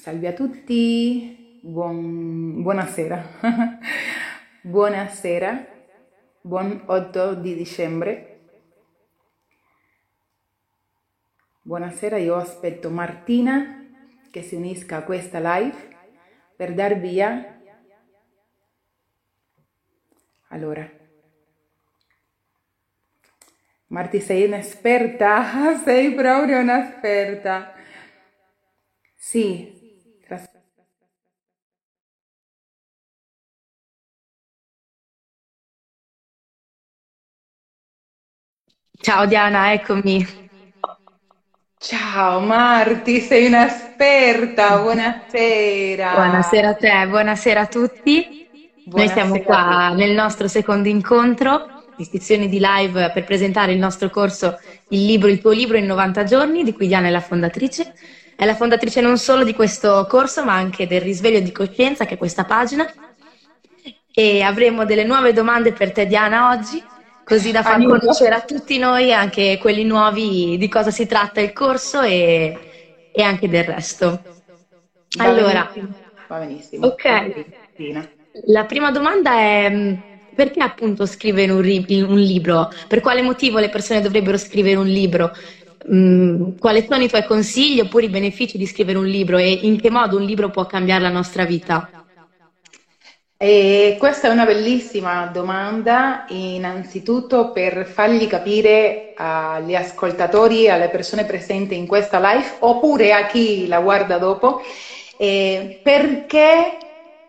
Salve a tutti, buonasera, buonasera, buon 8 di dicembre. Buonasera, io aspetto Martina che si unisca a questa live per dar via. Allora, Marti, sei un'esperta? Sei proprio un'esperta. Sì. Ciao Diana, eccomi. Ciao Marti, sei un'esperta, buonasera. Buonasera a te, buonasera a tutti. Noi siamo Buonasera a qua tutti. nel nostro secondo incontro, in sessione di live per presentare il nostro corso, il tuo libro in 90 giorni, di cui Diana è la fondatrice. È la fondatrice non solo di questo corso, ma anche del risveglio di coscienza, che è questa pagina. E avremo delle nuove domande per te, Diana, oggi, così da far Aiuto. conoscere a tutti noi, anche quelli nuovi, di cosa si tratta il corso e anche del resto. Va Allora, benissimo, va benissimo. ok, Ok, Martina. la prima domanda è perché appunto scrivere un libro? Per quale motivo le persone dovrebbero scrivere un libro? Quali sono i tuoi consigli oppure i benefici di scrivere un libro e in che modo un libro può cambiare la nostra vita? E questa è una bellissima domanda, innanzitutto per fargli capire agli ascoltatori, alle persone presenti in questa live, oppure a chi la guarda dopo, perché,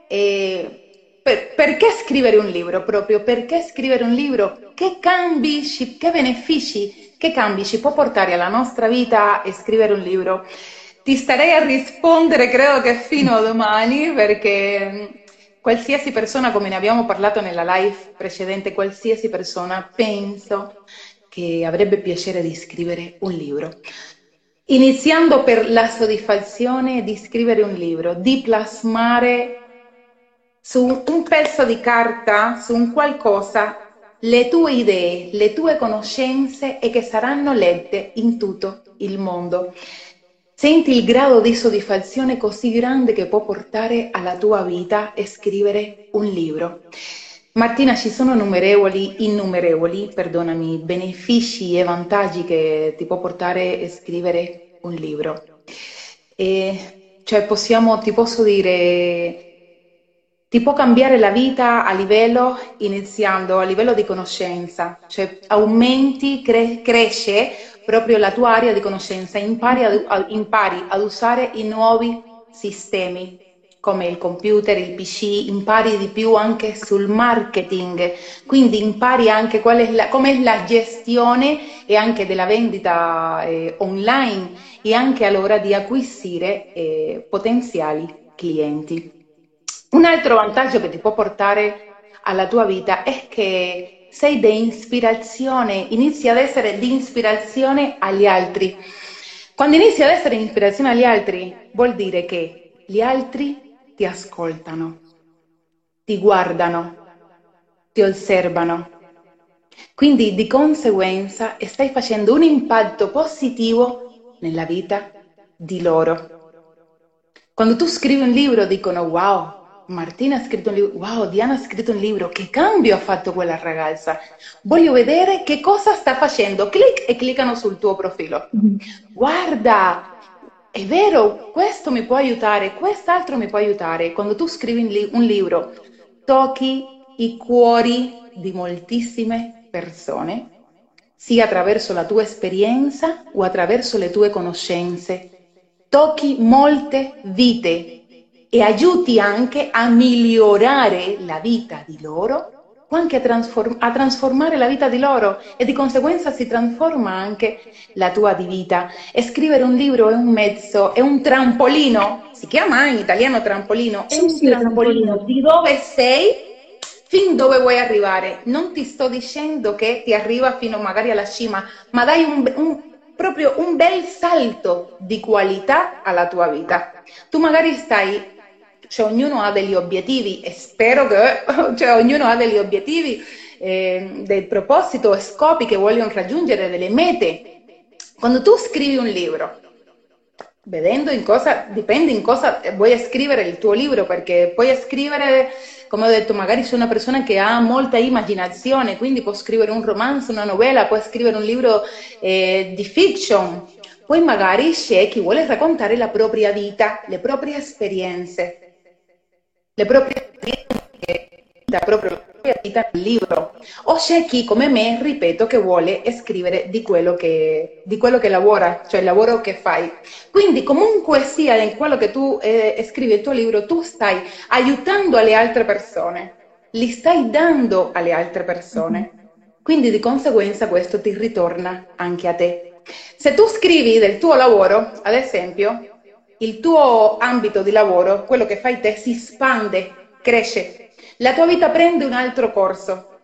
perché scrivere un libro, proprio perché scrivere un libro, che cambi, che benefici, che cambi ci può portare alla nostra vita e scrivere un libro. Ti starei a rispondere, credo che fino a domani, perché qualsiasi persona, come ne abbiamo parlato nella live precedente, qualsiasi persona penso che avrebbe piacere di scrivere un libro. Iniziando per la soddisfazione di scrivere un libro, di plasmare su un pezzo di carta, su un qualcosa, le tue idee, le tue conoscenze e che saranno lette in tutto il mondo. Senti il grado di soddisfazione così grande che può portare alla tua vita e scrivere un libro. Martina, ci sono innumerevoli, perdonami, benefici e vantaggi che ti può portare a scrivere un libro. Cioè ti posso dire, ti può cambiare la vita a livello, iniziando a livello di conoscenza, cioè cresce proprio la tua area di conoscenza, impari ad usare i nuovi sistemi come il computer, il PC, impari di più anche sul marketing, quindi impari anche com'è la gestione e anche della vendita online e anche all'ora di acquisire potenziali clienti. Un altro vantaggio che ti può portare alla tua vita è che sei di ispirazione, inizi ad essere di ispirazione agli altri. Quando inizi ad essere di ispirazione agli altri, vuol dire che gli altri ti ascoltano, ti guardano, ti osservano. Quindi di conseguenza stai facendo un impatto positivo nella vita di loro. Quando tu scrivi un libro dicono wow, Martina ha scritto un libro, wow, Diana ha scritto un libro, che cambio ha fatto quella ragazza? Voglio vedere che cosa sta facendo. Clic e cliccano sul tuo profilo. Guarda, è vero, questo mi può aiutare, quest'altro mi può aiutare. Quando tu scrivi un libro, tocchi i cuori di moltissime persone, sia attraverso la tua esperienza o attraverso le tue conoscenze. Tocchi molte vite e aiuti anche a migliorare la vita di loro o anche a trasformare la vita di loro e di conseguenza si trasforma anche la tua di vita. E scrivere un libro è un mezzo, è un trampolino, si chiama in italiano trampolino, è Sì, un sì, trampolino trampolino. di dove sei fin dove vuoi arrivare. Non ti sto dicendo che ti arriva fino magari alla cima, ma dai proprio un bel salto di qualità alla tua vita. Tu magari cioè ognuno ha degli obiettivi e spero che cioè, ognuno ha degli obiettivi, del proposito e scopi che vogliono raggiungere, delle mete. Quando tu scrivi un libro, Vedendo in cosa, dipende in cosa vuoi scrivere il tuo libro, perché puoi scrivere, come ho detto, magari sei una persona che ha molta immaginazione, quindi può scrivere un romanzo, una novella, può scrivere un libro di fiction, poi magari c'è chi vuole raccontare la propria vita, le proprie esperienze, le proprie proprio la propria vita nel libro. O c'è chi, come me, ripeto, che vuole scrivere di quello che lavora, cioè il lavoro che fai. Quindi, comunque sia in quello che tu scrivi il tuo libro, tu stai aiutando le altre persone, li stai dando alle altre persone. Quindi, di conseguenza, questo ti ritorna anche a te. Se tu scrivi del tuo lavoro, ad esempio, il tuo ambito di lavoro, quello che fai te, si espande, cresce. La tua vita prende un altro corso.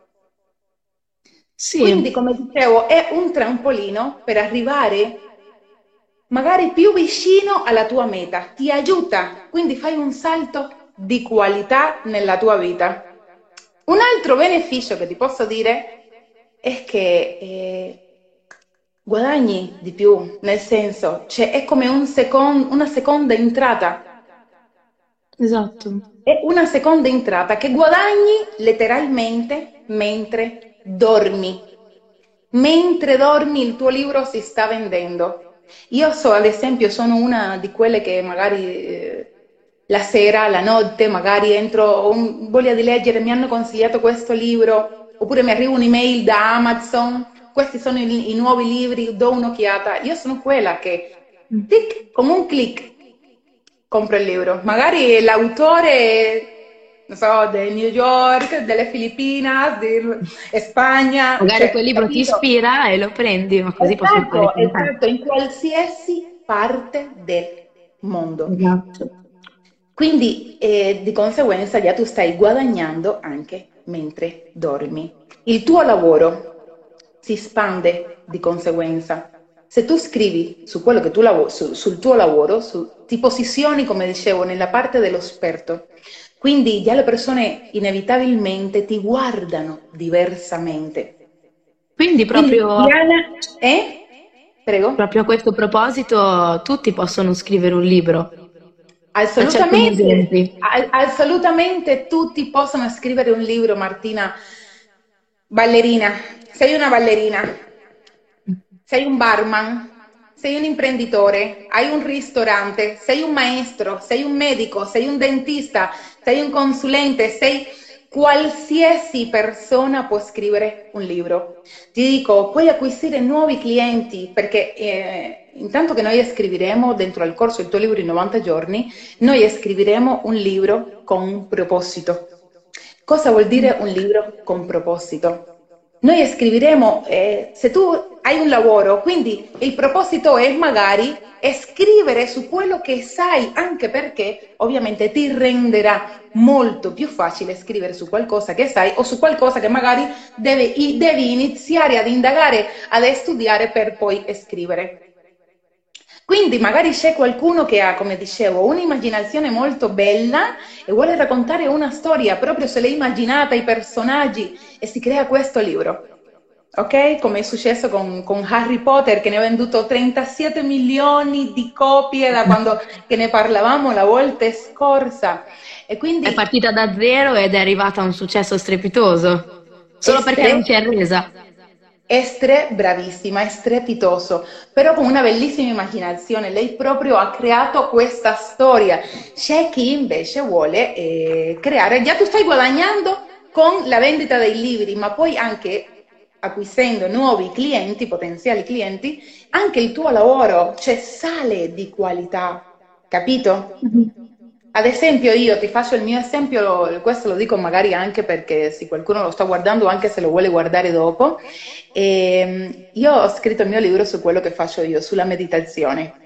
Quindi, Sì, come dicevo, è un trampolino per arrivare magari più vicino alla tua meta, ti aiuta, quindi fai un salto di qualità nella tua vita. Un altro beneficio che ti posso dire è che guadagni di più, nel senso, cioè è come una seconda entrata. esatto. È una seconda entrata che guadagni letteralmente mentre dormi. Mentre dormi il tuo libro si sta vendendo. Io so, ad esempio, sono una di quelle che magari la sera, la notte, magari entro, ho voglia di leggere, mi hanno consigliato questo libro, oppure mi arriva un'email da Amazon, questi sono i nuovi libri, do un'occhiata. Io sono quella che, tic, con un clic, compro il libro. Magari l'autore, non so, del New York, delle Filipinas, di Spagna, Magari quel cioè, libro ti capito? ispira e lo prendi, ma così posso fare Esatto, con te. esatto, in qualsiasi parte del mondo. Esatto. Quindi, di conseguenza, già tu stai guadagnando anche mentre dormi. Il tuo lavoro si espande di conseguenza. Se tu scrivi su quello che tu lavori, sul tuo lavoro, ti posizioni, come dicevo, nella parte dello esperto. Quindi già le persone inevitabilmente ti guardano diversamente. Quindi Quindi, proprio, Diana, Prego? proprio a questo proposito tutti possono scrivere un libro. Faccio alcuni Assolutamente, esempi. assolutamente tutti possono scrivere un libro, Martina. Ballerina, sei una ballerina, sei un barman, sei un imprenditore, hai un ristorante, sei un maestro, sei un medico, sei un dentista, sei un consulente, sei qualsiasi persona può scrivere un libro. Ti dico, puoi acquisire nuovi clienti perché intanto che noi scriveremo dentro al corso il tuo libro in 90 giorni, noi scriveremo un libro con un proposito. Cosa vuol dire un libro con proposito? Noi scriveremo, se tu hai un lavoro, quindi il proposito è magari scrivere su quello che sai, anche perché ovviamente ti renderà molto più facile scrivere su qualcosa che sai o su qualcosa che magari devi iniziare ad indagare, ad studiare per poi scrivere. Quindi magari c'è qualcuno che ha, come dicevo, un'immaginazione molto bella e vuole raccontare una storia proprio se l'è immaginata, i personaggi, e si crea questo libro. Ok? Come è successo con Harry Potter, che ne ha venduto 37 milioni di copie da quando che ne parlavamo la volta scorsa. E È quindi partita da zero ed è arrivata a un successo strepitoso, solo perché non Estre, si è arresa. Estre, bravissima, è strepitoso, però con una bellissima immaginazione. Lei proprio ha creato questa storia. C'è chi invece vuole creare, già tu stai guadagnando con la vendita dei libri, ma poi anche acquisendo nuovi clienti, potenziali clienti, anche il tuo lavoro, cioè sale di qualità, capito? Ad esempio, io ti faccio il mio esempio, questo lo dico magari anche perché se qualcuno lo sta guardando, anche se lo vuole guardare dopo. Io ho scritto il mio libro su quello che faccio io, sulla meditazione.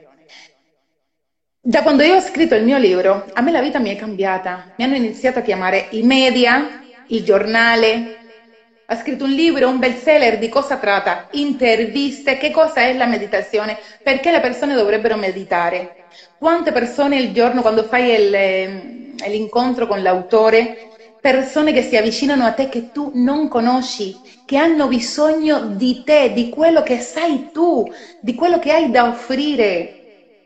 Da quando io ho scritto il mio libro, a me la vita mi è cambiata. Mi hanno iniziato a chiamare i media, il giornale. Ha scritto un libro, un bestseller, di cosa tratta? Interviste, che cosa è la meditazione? Perché le persone dovrebbero meditare? Quante persone al giorno, quando fai l'incontro con l'autore, persone che si avvicinano a te che tu non conosci, che hanno bisogno di te, di quello che sai tu, di quello che hai da offrire.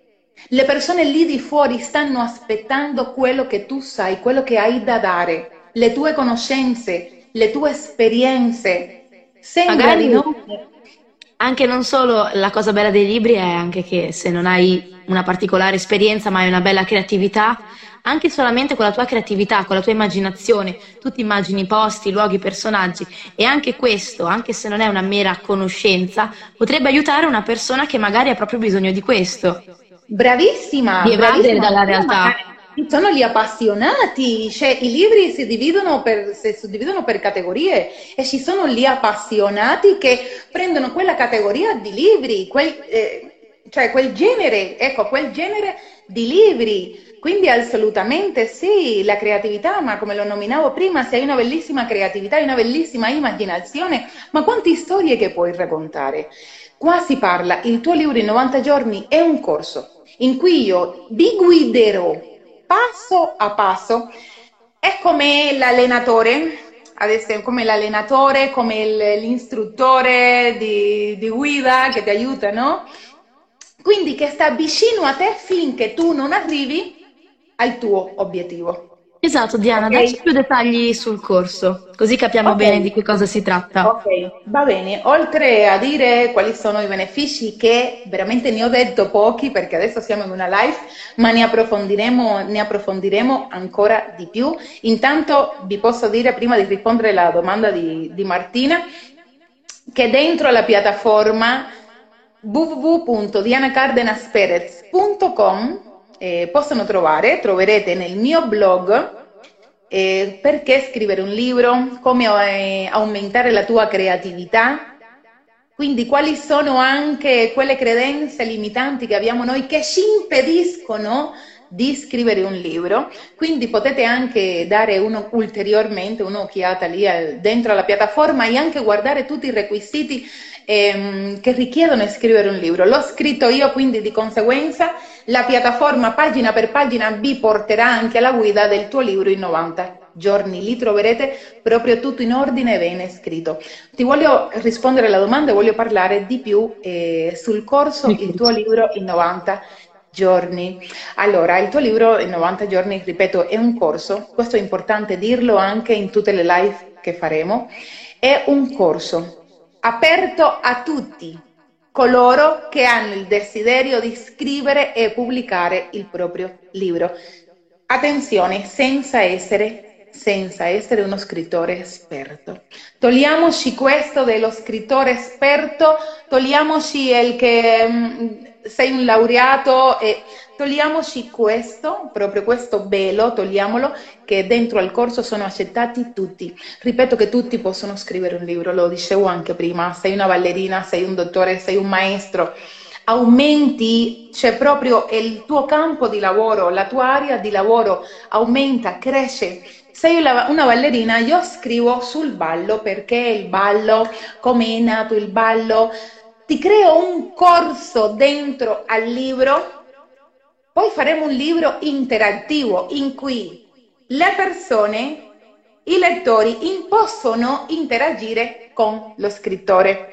Le persone lì di fuori stanno aspettando quello che tu sai, quello che hai da dare, le tue conoscenze, le tue esperienze. Sembra di Magari no. anche non solo la cosa bella dei libri è anche che se non hai una particolare esperienza ma hai una bella creatività, anche solamente con la tua creatività, con la tua immaginazione, tu ti immagini posti, luoghi, personaggi e anche questo, anche se non è una mera conoscenza, potrebbe aiutare una persona che magari ha proprio bisogno di questo, Bravissima, di evadere bravissima. dalla Però realtà. magari ci sono gli appassionati, cioè i libri si suddividono per categorie e ci sono gli appassionati che prendono quella categoria di libri, cioè quel genere, ecco, quel genere di libri. Quindi assolutamente sì, la creatività, ma come lo nominavo prima, se hai una bellissima creatività, hai una bellissima immaginazione, ma quante storie che puoi raccontare? Qua si parla, il tuo libro in 90 giorni è un corso in cui io vi guiderò passo a passo. È come l'allenatore, adesso è come l'allenatore, come l'istruttore di guida che ti aiuta, no? Quindi che sta vicino a te finché tu non arrivi al tuo obiettivo. Esatto, Diana, dacci Ok? più dettagli sul corso, così capiamo Ok, bene di che cosa si tratta. ok, va bene. Oltre a dire quali sono i benefici, che veramente ne ho detto pochi perché adesso siamo in una live, ma ne approfondiremo ancora di più. Intanto vi posso dire, prima di rispondere alla domanda di Martina, che dentro la piattaforma www.dianacardenasperez.com troverete nel mio blog perché scrivere un libro, come aumentare la tua creatività, quindi quali sono anche quelle credenze limitanti che abbiamo noi che ci impediscono di scrivere un libro, quindi potete anche dare ulteriormente un'occhiata lì dentro la piattaforma e anche guardare tutti i requisiti che richiedono scrivere un libro. L'ho scritto io, quindi di conseguenza la piattaforma pagina per pagina vi porterà anche alla guida del tuo libro in 90 giorni. Lì troverete proprio tutto in ordine e bene scritto. Ti voglio rispondere alla domanda e voglio parlare di più sul corso Il tuo libro in 90 giorni. Allora, il tuo libro in 90 giorni, ripeto, è un corso, questo è importante dirlo anche in tutte le live che faremo, è un corso aperto a tutti coloro che hanno il desiderio di scrivere e pubblicare il proprio libro. Attenzione, senza essere uno scrittore esperto. Togliamoci questo dello scrittore esperto, togliamoci il che sei un laureato e togliamoci questo, proprio questo velo, togliamolo, che dentro al corso sono accettati tutti. Ripeto che tutti possono scrivere un libro, lo dicevo anche prima, sei una ballerina, sei un dottore, sei un maestro, aumenti, c'è proprio il tuo campo di lavoro, la tua area di lavoro aumenta, cresce. Sei una ballerina, io scrivo sul ballo perché il ballo, come è nato il ballo, ti creo un corso dentro al libro, poi faremo un libro interattivo in cui le persone, i lettori, possono interagire con lo scrittore.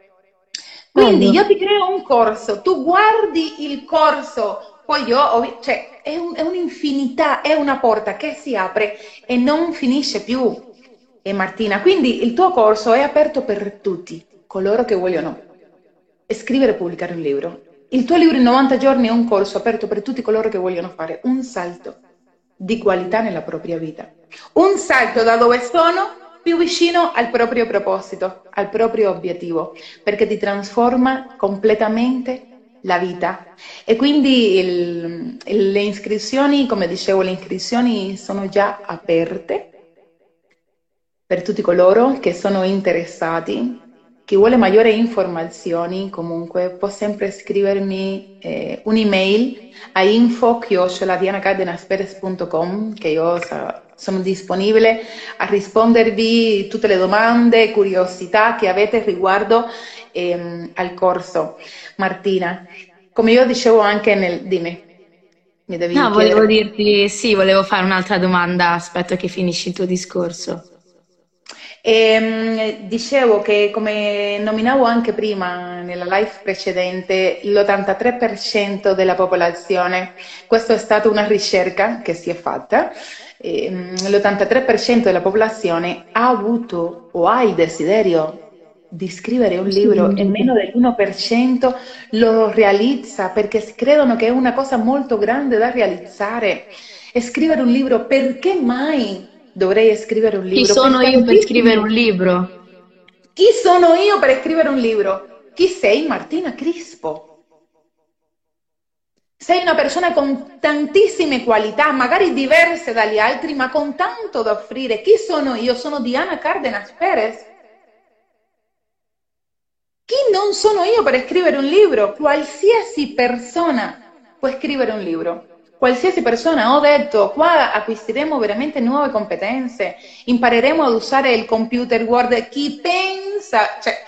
Quindi Bello. io ti creo un corso, tu guardi il corso, poi io, cioè è un'infinità, è una porta che si apre e non finisce più. E Martina, quindi il tuo corso è aperto per tutti, coloro che vogliono scrivere e pubblicare un libro. Il tuo libro in 90 giorni è un corso aperto per tutti coloro che vogliono fare un salto di qualità nella propria vita. Un salto da dove sono più vicino al proprio proposito, al proprio obiettivo, perché ti trasforma completamente la vita. E quindi le iscrizioni, come dicevo, le iscrizioni sono già aperte per tutti coloro che sono interessati. Chi vuole maggiori informazioni, comunque, può sempre scrivermi un'email a info@dianacardenasperez.com, che io sono disponibile a rispondervi tutte le domande, curiosità che avete riguardo al corso. Martina, come io dicevo anche dimmi, mi devi No, volevo chiedere. dirti, sì, volevo fare un'altra domanda, aspetto che finisci il tuo discorso. Dicevo che, come nominavo anche prima nella live precedente, l'83% della popolazione, questa è stata una ricerca che si è fatta, l'83% della popolazione ha avuto o ha il desiderio di scrivere un Sì, libro e meno dell'1% lo realizza perché credono che è una cosa molto grande da realizzare. E scrivere un libro, perché mai dovrei scrivere un chi libro? Per sono io per scrivere un tantissimi. libro? Chi sono io per scrivere un libro? Chi sei, Martina Crispo? Sei una persona con tantissime qualità, magari diverse dagli altri, ma con tanto da offrire. Chi sono io? Sono Diana Cárdenas Pérez. Chi non sono io per scrivere un libro? Qualsiasi persona può scrivere un libro. Qualsiasi persona, ho detto, qua acquisiremo veramente nuove competenze, impareremo ad usare il computer Word. Chi pensa, cioè,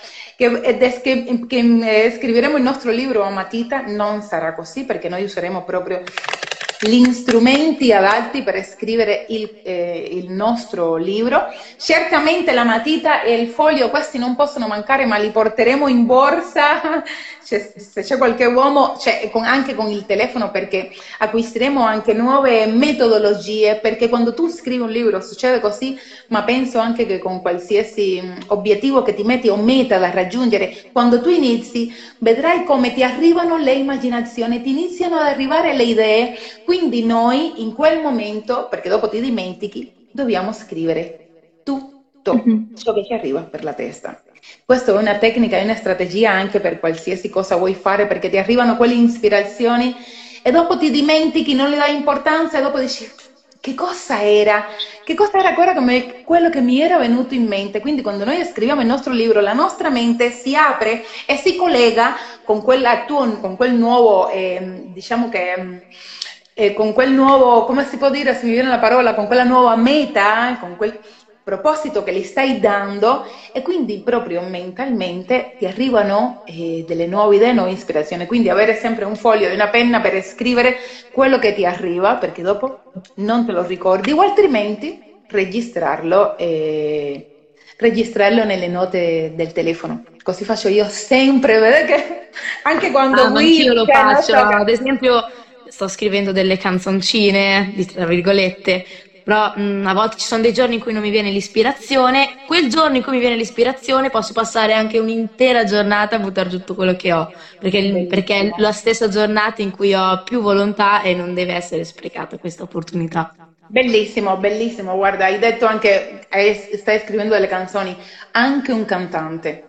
che scriveremo il nostro libro a matita, non sarà così perché noi useremo proprio gli strumenti adatti per scrivere il nostro libro. Certamente la matita e il foglio, questi non possono mancare, ma li porteremo in borsa. Se c'è qualche uomo, anche con il telefono, perché acquisiremo anche nuove metodologie, perché quando tu scrivi un libro succede così, ma penso anche che con qualsiasi obiettivo che ti metti o meta da raggiungere, quando tu inizi, vedrai come ti arrivano le immaginazioni, ti iniziano ad arrivare le idee, quindi noi in quel momento, perché dopo ti dimentichi, dobbiamo scrivere tutto Mhm. ciò che ci arriva per la testa. Questa è una tecnica e una strategia anche per qualsiasi cosa vuoi fare, perché ti arrivano quelle ispirazioni e dopo ti dimentichi, non le dai importanza e dopo dici che cosa era? Che cosa era quello che mi era venuto in mente? Quindi quando noi scriviamo il nostro libro, la nostra mente si apre e si collega con quel nuovo, diciamo che con quel nuovo, come si può dire, se mi viene la parola, con quella nuova meta, con quel proposito che gli stai dando, e quindi proprio mentalmente ti arrivano delle nuove idee, nuove ispirazioni. Quindi avere sempre un foglio e una penna per scrivere quello che ti arriva, perché dopo non te lo ricordi, o altrimenti registrarlo nelle note del telefono. Così faccio io sempre, vedete che anche quando Ah, ma guido, anch'io lo cioè, non faccio. so Ad che. esempio, sto scrivendo delle canzoncine, tra virgolette, però a volte ci sono dei giorni in cui non mi viene l'ispirazione. Quel giorno in cui mi viene l'ispirazione posso passare anche un'intera giornata a buttare giù tutto quello che ho, perché è Bellissimo. la stessa giornata in cui ho più volontà e non deve essere sprecata questa opportunità. Bellissimo, bellissimo. Guarda, hai detto anche, stai scrivendo delle canzoni, anche un cantante.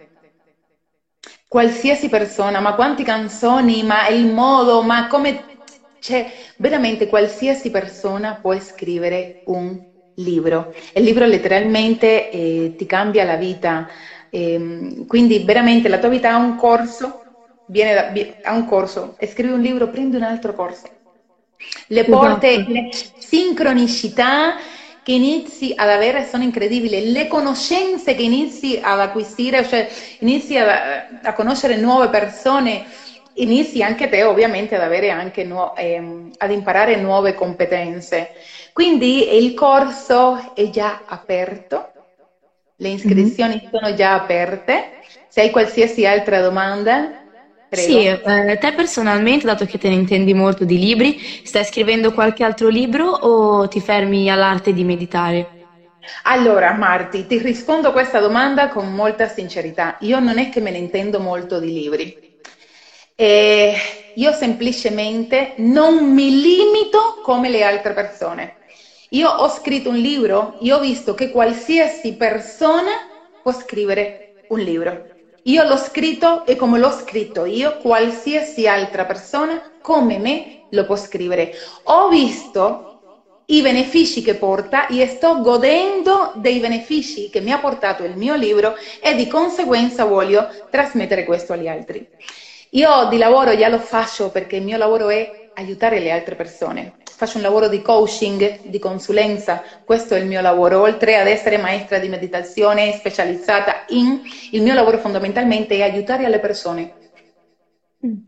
Qualsiasi persona, ma quante canzoni, ma il modo, ma come. Cioè, veramente qualsiasi persona può scrivere un libro. E il libro letteralmente ti cambia la vita. Quindi veramente la tua vita ha un corso, ha un corso, e scrivi un libro, prendi un altro corso. Le porte, Esatto. le sincronicità che inizi ad avere sono incredibili, le conoscenze che inizi ad acquisire, cioè inizi a conoscere nuove persone, inizi anche te ovviamente ad avere anche ad imparare nuove competenze. Quindi il corso è già aperto, le Mhm. iscrizioni sono già aperte. Se hai qualsiasi altra domanda, Sì, prego. te personalmente, dato che te ne intendi molto di libri, stai scrivendo qualche altro libro o ti fermi all'arte di meditare? Allora, Marti, ti rispondo a questa domanda con molta sincerità. Io non è che me ne intendo molto di libri. Eh, io semplicemente non mi limito come le altre persone. Io ho scritto un libro, io ho visto che qualsiasi persona può scrivere un libro. Io l'ho scritto e come l'ho scritto io, qualsiasi altra persona come me lo può scrivere. Ho visto i benefici che porta e sto godendo dei benefici che mi ha portato il mio libro e di conseguenza voglio trasmettere questo agli altri. Io di lavoro già lo faccio perché il mio lavoro è aiutare le altre persone. Faccio un lavoro di coaching, di consulenza, questo è il mio lavoro, oltre ad essere maestra di meditazione specializzata il mio lavoro fondamentalmente è aiutare le persone Mm.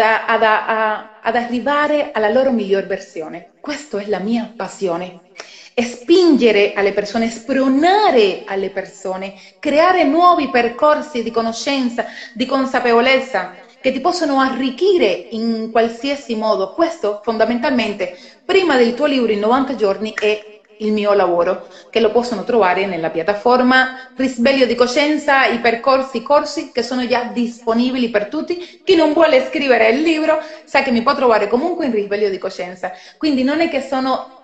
ad arrivare alla loro miglior versione. Questa è la mia passione. spingere alle persone, spronare alle persone, creare nuovi percorsi di conoscenza, di consapevolezza che ti possono arricchire in qualsiasi modo. Questo fondamentalmente, prima del tuo libro in 90 giorni, è il mio lavoro, che lo possono trovare nella piattaforma Risveglio di Coscienza, i percorsi, i corsi che sono già disponibili per tutti. Chi non vuole scrivere il libro sa che mi può trovare comunque in Risveglio di Coscienza. Quindi non è che sono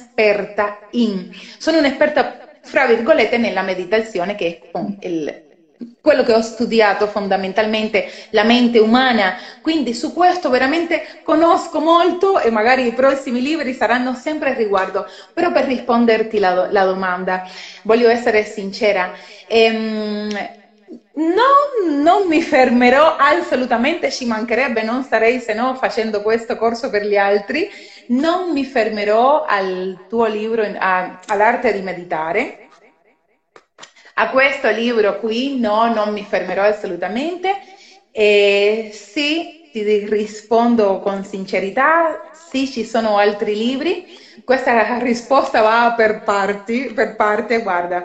sono un'esperta, fra virgolette, nella meditazione, che è quello che ho studiato fondamentalmente, la mente umana. Quindi su questo veramente conosco molto e magari i prossimi libri saranno sempre a riguardo. Però per risponderti la domanda, voglio essere sincera, non mi fermerò assolutamente, ci mancherebbe, non starei se no facendo questo corso per gli altri. Non mi fermerò al tuo libro, all'arte di meditare. A questo libro qui no, non mi fermerò assolutamente. E sì, ti rispondo con sincerità, sì, ci sono altri libri. Questa risposta va per parte, guarda.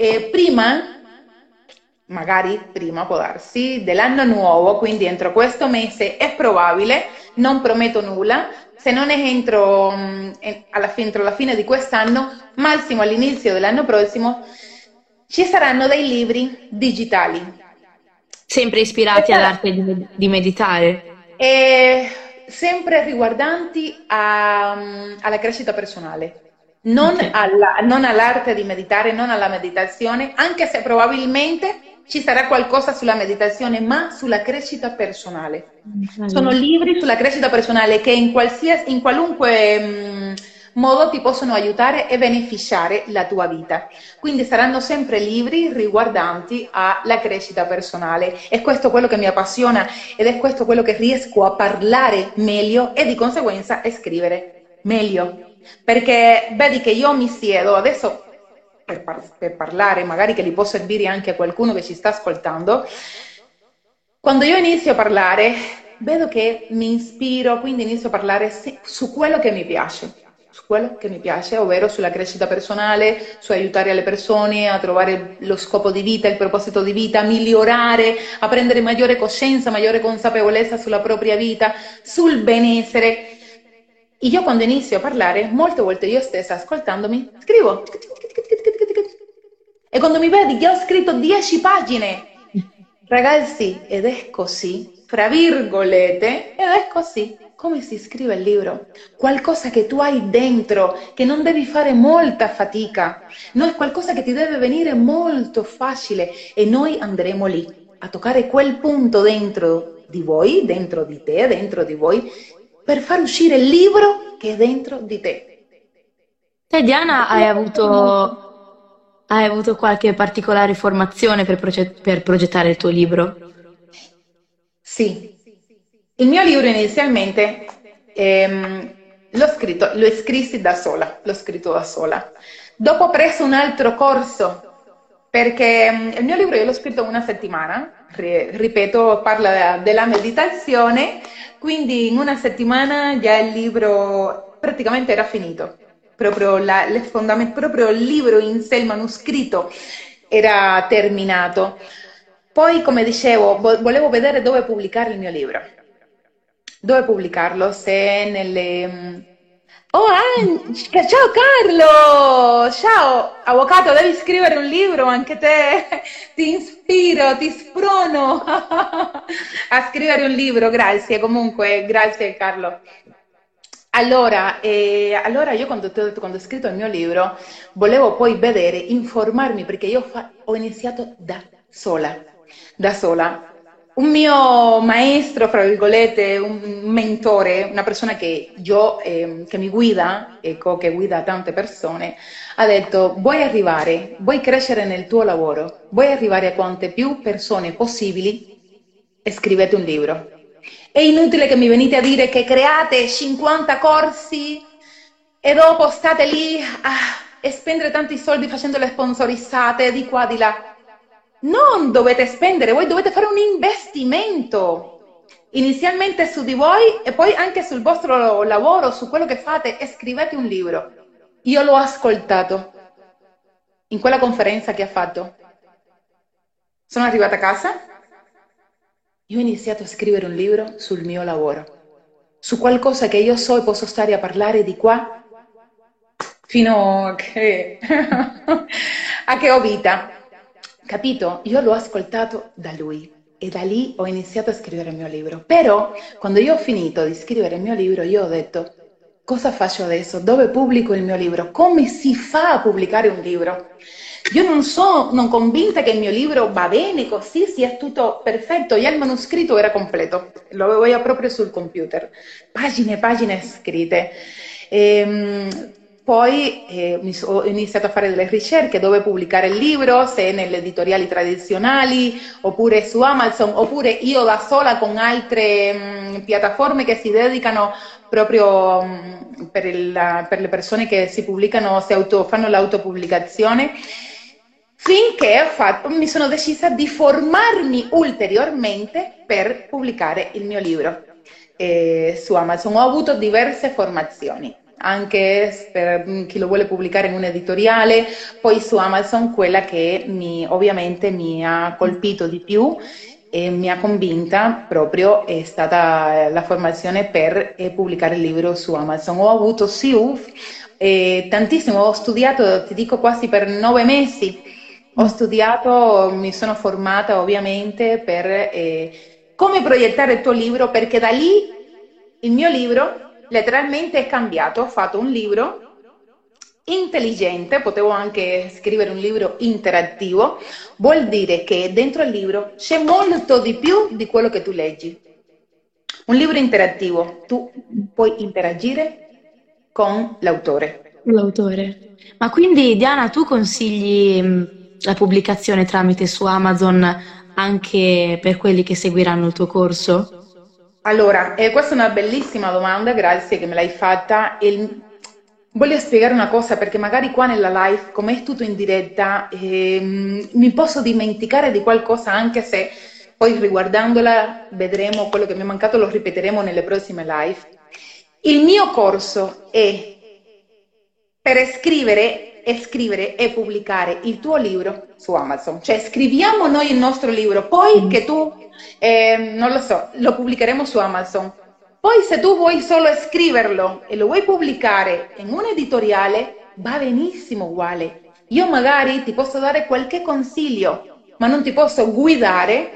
Magari prima può darsi, dell'anno nuovo, quindi entro questo mese è probabile, non prometto nulla, se non è entro la fine di quest'anno, massimo all'inizio dell'anno prossimo, ci saranno dei libri digitali. Sempre ispirati all'arte di meditare. E sempre riguardanti alla crescita personale. Non, Ok. non all'arte di meditare, non alla meditazione, anche se probabilmente ci sarà qualcosa sulla meditazione, ma sulla crescita personale. Sono libri sulla crescita personale che in qualunque modo ti possono aiutare e beneficiare la tua vita. Quindi saranno sempre libri riguardanti alla crescita personale. È questo quello che mi appassiona ed è questo quello che riesco a parlare meglio e di conseguenza a scrivere meglio. Perché vedi che io mi siedo adesso per parlare, magari che li può servire anche a qualcuno che ci sta ascoltando. Quando io inizio a parlare, vedo che mi ispiro, quindi inizio a parlare su quello che mi piace, ovvero sulla crescita personale, su aiutare le persone a trovare lo scopo di vita, il proposito di vita, a migliorare, a prendere maggiore coscienza, maggiore consapevolezza sulla propria vita, sul benessere. Io quando inizio a parlare, molte volte io stessa ascoltandomi, scrivo. E quando mi vedi, già ho scritto 10 pagine. Ragazzi, ed è così, fra virgolette, ed è così come si scrive il libro. Qualcosa che tu hai dentro, che non devi fare molta fatica, no, è qualcosa che ti deve venire molto facile e noi andremo lì a toccare quel punto dentro di voi, dentro di te, dentro di voi, per far uscire il libro che è dentro di te. Te, Diana, hai avuto qualche particolare formazione per progettare il tuo libro? Sì, il mio libro inizialmente l'ho scrissi da sola, l'ho scritto da sola. Dopo ho preso un altro corso, perché il mio libro io l'ho scritto in una settimana, ripeto, parla della meditazione, quindi in una settimana già il libro praticamente era finito. Proprio il libro in sé, il manoscritto, era terminato. Poi, come dicevo, volevo vedere dove pubblicare il mio libro. Dove pubblicarlo? Se nelle... Oh, ciao Carlo! Ciao, avvocato, devi scrivere un libro anche te. Ti ispiro, ti sprono a scrivere un libro. Grazie, comunque, grazie Carlo. Allora io quando ho scritto il mio libro volevo poi vedere, informarmi, perché io ho iniziato da sola. Un mio maestro, fra virgolette, un mentore, una persona che che mi guida, ecco, che guida tante persone, ha detto: vuoi crescere nel tuo lavoro, vuoi arrivare a quante più persone possibili e scrivete un libro. È inutile che mi venite a dire che create 50 corsi e dopo state lì a spendere tanti soldi facendo le sponsorizzate di qua, di là. Non dovete spendere, voi dovete fare un investimento inizialmente su di voi e poi anche sul vostro lavoro, su quello che fate, e scrivete un libro. io l'ho ascoltato in quella conferenza che ha fatto. Sono arrivata a casa, io ho iniziato a scrivere un libro sul mio lavoro, su qualcosa che io so e posso stare a parlare di qua fino a che, a che ho vita. Capito? Io l'ho ascoltato da lui e da lì ho iniziato a scrivere il mio libro. Però quando io ho finito di scrivere il mio libro, io ho detto, cosa faccio adesso? Dove pubblico il mio libro? Come si fa a pubblicare un libro? Io non sono convinta che il mio libro va bene così, sia tutto perfetto. E il manoscritto era completo, lo avevo io proprio sul computer, pagine e pagine scritte. Poi ho iniziato a fare delle ricerche dove pubblicare il libro, se nelle editoriali tradizionali, oppure su Amazon, oppure io da sola con altre piattaforme che si dedicano proprio per le persone che si pubblicano, fanno l'autopubblicazione, finché mi sono decisa di formarmi ulteriormente per pubblicare il mio libro su Amazon. Ho avuto diverse formazioni, anche per chi lo vuole pubblicare in un editoriale, poi su Amazon quella che ovviamente mi ha colpito di più e mi ha convinta proprio è stata la formazione per pubblicare il libro su Amazon. Ho avuto tantissimo, ho studiato, ti dico quasi per 9 mesi, ho studiato, mi sono formata ovviamente per come proiettare il tuo libro, perché da lì il mio libro letteralmente è cambiato. Ho fatto un libro intelligente, potevo anche scrivere un libro interattivo, vuol dire che dentro il libro c'è molto di più di quello che tu leggi. Un libro interattivo, tu puoi interagire con l'autore. L'autore. Ma quindi Diana, tu consigli la pubblicazione tramite su Amazon anche per quelli che seguiranno il tuo corso? Allora, questa è una bellissima domanda, grazie che me l'hai fatta. Voglio spiegare una cosa perché magari qua nella live, come è tutto in diretta, mi posso dimenticare di qualcosa anche se poi riguardandola vedremo quello che mi è mancato, lo ripeteremo nelle prossime live. Il mio corso è per scrivere e pubblicare il tuo libro su Amazon. Cioè scriviamo noi il nostro libro, poi che tu, non lo so, lo pubblicheremo su Amazon. Poi se tu vuoi solo scriverlo e lo vuoi pubblicare in un editoriale, va benissimo uguale. Io magari ti posso dare qualche consiglio, ma non ti posso guidare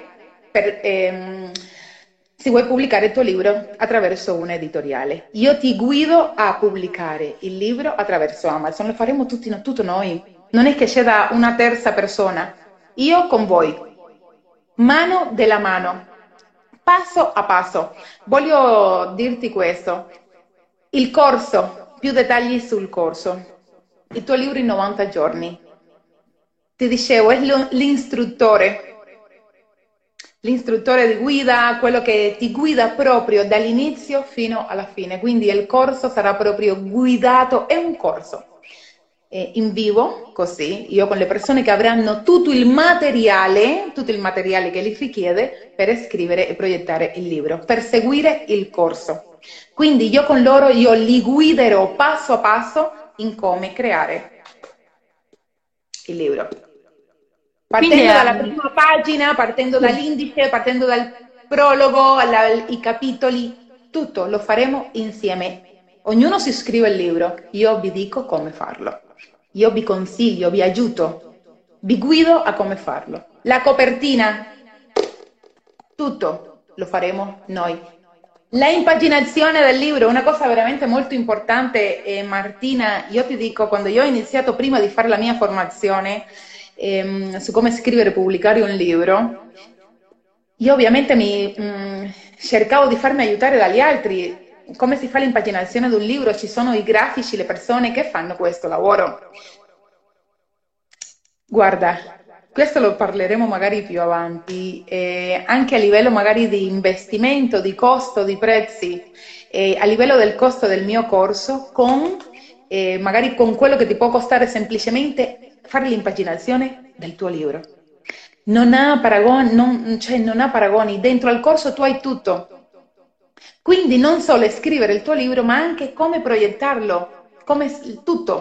se vuoi pubblicare il tuo libro attraverso un editoriale. Io ti guido a pubblicare il libro attraverso Amazon, lo faremo tutto noi. Non è che c'è da una terza persona. Io con voi, mano della mano, passo a passo. Voglio dirti questo. Il corso, più dettagli sul corso. Il tuo libro in 90 giorni. Ti dicevo, è l'istruttore di guida, quello che ti guida proprio dall'inizio fino alla fine. Quindi il corso sarà proprio guidato, è un corso in vivo, così, io con le persone che avranno tutto il materiale che li richiede per scrivere e proiettare il libro, per seguire il corso. Quindi io con loro, io li guiderò passo a passo in come creare il libro. Partendo dalla prima pagina, partendo dall'indice, partendo dal prologo, i capitoli, tutto lo faremo insieme. Ognuno si scrive il libro, io vi dico come farlo. Io vi consiglio, vi aiuto, vi guido a come farlo. La copertina, tutto lo faremo noi. La impaginazione del libro, una cosa veramente molto importante, Martina, io ti dico, quando io ho iniziato prima di fare la mia formazione su come scrivere e pubblicare un libro, io ovviamente cercavo di farmi aiutare dagli altri. Come si fa l'impaginazione di un libro? Ci sono i grafici, le persone che fanno questo lavoro. Guarda, questo lo parleremo magari più avanti, anche a livello magari di investimento, di costo, di prezzi, a livello del costo del mio corso, magari con quello che ti può costare semplicemente fare l'impaginazione del tuo libro. Non ha paragoni, non ha paragoni, dentro al corso tu hai tutto. Quindi non solo scrivere il tuo libro, ma anche come proiettarlo, come tutto.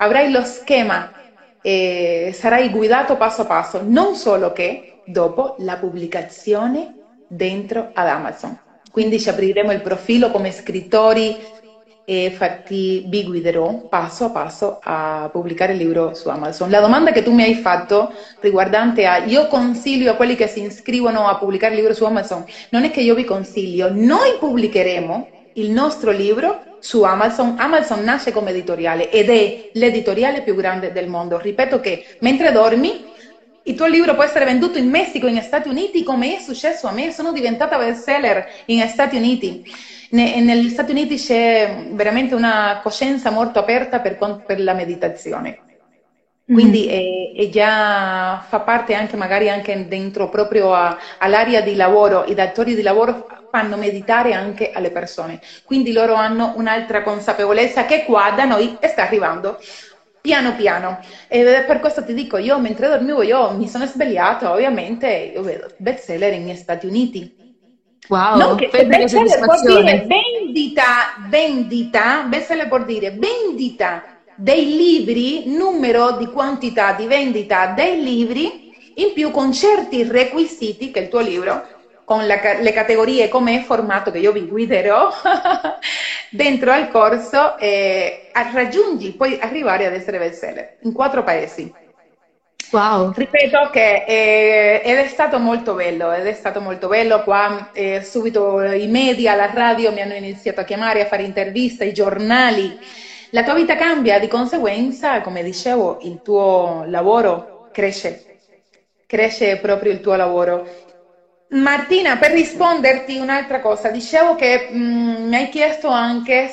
avrai lo schema e sarai guidato passo passo, non solo che dopo la pubblicazione dentro ad Amazon. Quindi ci apriremo il profilo come scrittori e vi guiderò passo a passo a pubblicare il libro su Amazon. La domanda che tu mi hai fatto riguardante a io consiglio a quelli che si iscrivono a pubblicare il libro su Amazon, non è che io vi consiglio, noi pubblicheremo il nostro libro su Amazon. Amazon nasce come editoriale ed è l'editoriale più grande del mondo. Ripeto che mentre dormi il tuo libro può essere venduto in Messico, in Stati Uniti, come è successo a me, sono diventata bestseller in Stati Uniti. Negli Stati Uniti c'è veramente una coscienza molto aperta per la meditazione. Quindi già fa parte anche magari anche dentro proprio all'area di lavoro, i datori di lavoro fanno meditare anche alle persone, quindi loro hanno un'altra consapevolezza che qua da noi sta arrivando piano piano. E per questo ti dico, io mentre dormivo io mi sono svegliata, ovviamente io vedo bestseller negli Stati Uniti. Non Wow, che pensa che bestseller vuol dire soddisfazione. bestseller vuol dire vendita dei libri, numero di quantità di vendita dei libri, in più con certi requisiti che il tuo libro, con le categorie come è formato, che io vi guiderò dentro al corso, raggiungi, puoi arrivare ad essere bestseller in 4 paesi. Wow. Ripeto che ed è stato molto bello qua, subito i media, la radio mi hanno iniziato a chiamare, a fare interviste, i giornali. La tua vita cambia, di conseguenza, come dicevo, il tuo lavoro cresce proprio il tuo lavoro. Martina, per risponderti un'altra cosa, dicevo che mi hai chiesto anche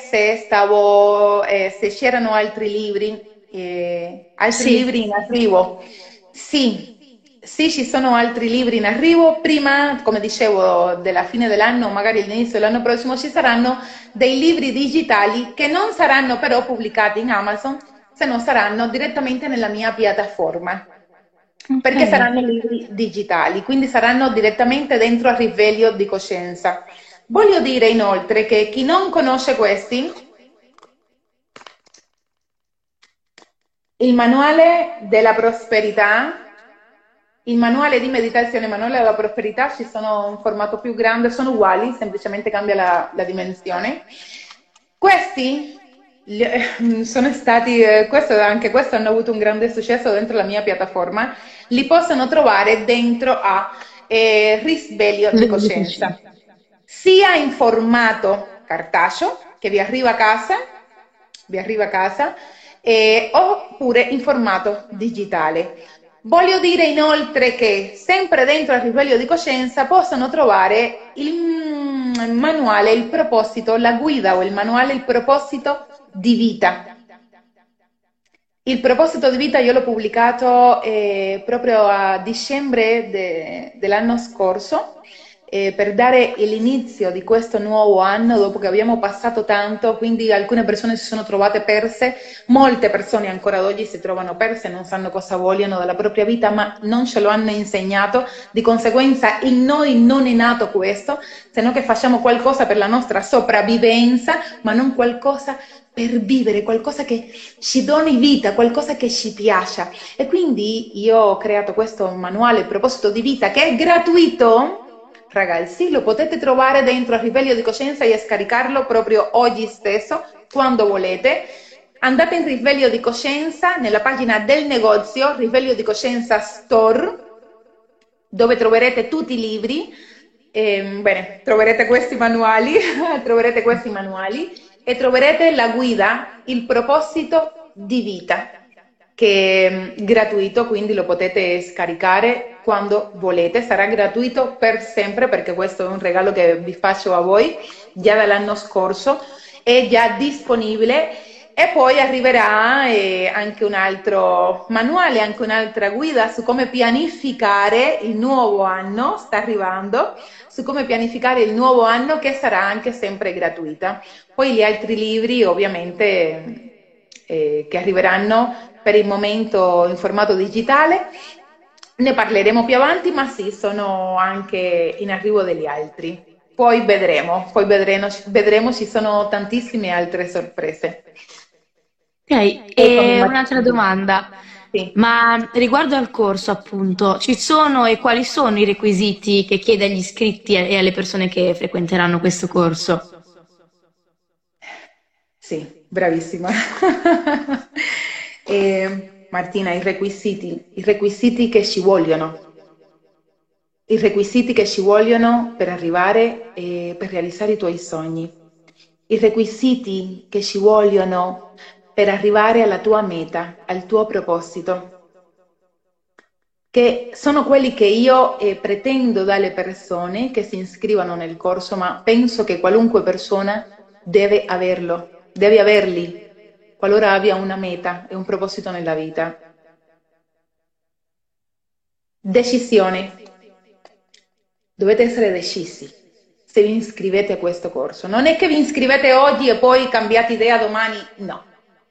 se c'erano altri Sì. libri in arrivo. Sì, sì, ci sono altri libri in arrivo. Prima, come dicevo, della fine dell'anno, magari all'inizio dell'anno prossimo, ci saranno dei libri digitali che non saranno però pubblicati in Amazon, se no saranno direttamente nella mia piattaforma, Ok. perché saranno libri digitali, quindi saranno direttamente dentro a risveglio di coscienza. Voglio dire inoltre che chi non conosce questi, il manuale della prosperità, il manuale di meditazione e il manuale della prosperità ci sono in formato più grande, sono uguali, semplicemente cambia la dimensione. Questi sono stati, anche questo hanno avuto un grande successo dentro la mia piattaforma, li possono trovare dentro a Risveglio di Vedo di Coscienza, coscienza. sia in formato cartaceo, che vi arriva a casa, oppure in formato digitale. Voglio dire inoltre che sempre dentro al risveglio di coscienza possono trovare il manuale, il proposito, la guida o il manuale, il proposito di vita. Il proposito di vita io l'ho pubblicato proprio a dicembre dell'anno scorso, per dare l'inizio di questo nuovo anno dopo che abbiamo passato tanto, quindi alcune persone si sono trovate perse, molte persone ancora ad oggi si trovano perse, non sanno cosa vogliono dalla propria vita, ma non ce lo hanno insegnato, di conseguenza in noi non è nato questo, se no che facciamo qualcosa per la nostra sopravvivenza, ma non qualcosa per vivere, qualcosa che ci doni vita, qualcosa che ci piaccia. E quindi io ho creato questo manuale, il proposito di vita, che è gratuito. Ragazzi, lo potete trovare dentro a Risveglio di Coscienza e scaricarlo proprio oggi stesso, quando volete. Andate in Risveglio di Coscienza, nella pagina del negozio, Risveglio di Coscienza Store, dove troverete tutti i libri. Bene, troverete questi manuali, troverete questi manuali e troverete la guida, il proposito di vita, che è gratuito, quindi lo potete scaricare quando volete, sarà gratuito per sempre perché questo è un regalo che vi faccio a voi già dall'anno scorso, è già disponibile. E poi arriverà anche un altro manuale, anche un'altra guida su come pianificare il nuovo anno, sta arrivando, su come pianificare il nuovo anno, che sarà anche sempre gratuita. Poi gli altri libri ovviamente che arriveranno per il momento in formato digitale, ne parleremo più avanti, ma sì, sono anche in arrivo degli altri. Poi vedremo, ci sono tantissime altre sorprese. Ok, e con il e un'altra marketing. domanda, Sì. ma riguardo al corso, appunto, ci sono e quali sono i requisiti che chiede agli iscritti e alle persone che frequenteranno questo corso? Sì, bravissima. Martina, i requisiti che ci vogliono, i requisiti che ci vogliono per arrivare e per realizzare i tuoi sogni, i requisiti che ci vogliono per arrivare alla tua meta, al tuo proposito, che sono quelli che io pretendo dalle persone che si iscrivono nel corso, ma penso che qualunque persona deve averlo, deve averli, qualora abbia una meta e un proposito nella vita. Decisione. Dovete essere decisi se vi iscrivete a questo corso. Non è che vi iscrivete oggi e poi cambiate idea domani, no.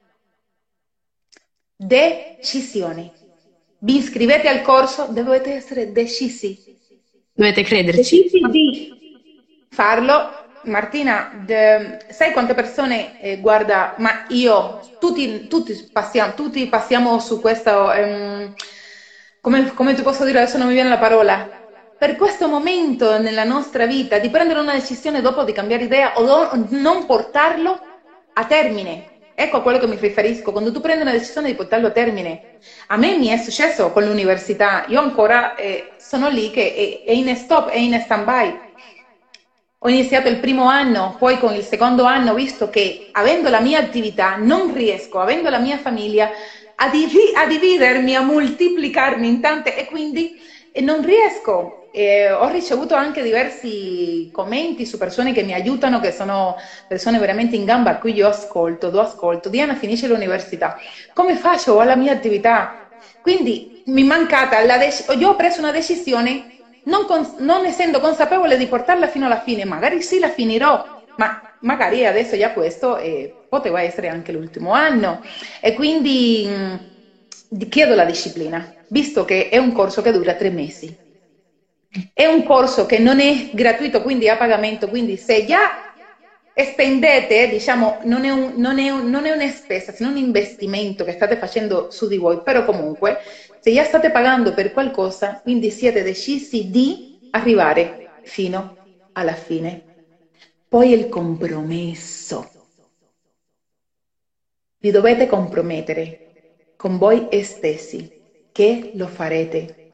Decisione. Vi iscrivete al corso, dovete essere decisi. Dovete crederci. Decisi di farlo. Martina, sai quante persone guarda, ma io, tutti passiamo su questo, come ti posso dire, adesso non mi viene la parola, per questo momento nella nostra vita di prendere una decisione dopo di cambiare idea o non portarlo a termine. Ecco a quello che mi riferisco, quando tu prendi una decisione di portarlo a termine. A me mi è successo con l'università, io ancora sono lì che è in stop, è in stand-by. Ho iniziato il primo anno, poi con il secondo anno ho visto che avendo la mia attività non riesco, avendo la mia famiglia, a dividermi, a moltiplicarmi in tante e quindi non riesco. Ho ricevuto anche diversi commenti su persone che mi aiutano, che sono persone veramente in gamba a cui io ascolto, do ascolto. Diana finisce l'università, come faccio? Ho la mia attività. Quindi mi è mancata io ho preso una decisione non essendo consapevole di portarla fino alla fine, magari sì la finirò, ma magari adesso già questo poteva essere anche l'ultimo anno e quindi chiedo la disciplina, visto che è un corso che dura 3 mesi. È un corso che non è gratuito, quindi a pagamento, quindi se già spendete, diciamo, non è una spesa, se non un investimento che state facendo su di voi, però comunque, se già state pagando per qualcosa, quindi siete decisi di arrivare fino alla fine. Poi il compromesso. Vi dovete compromettere con voi stessi che lo farete.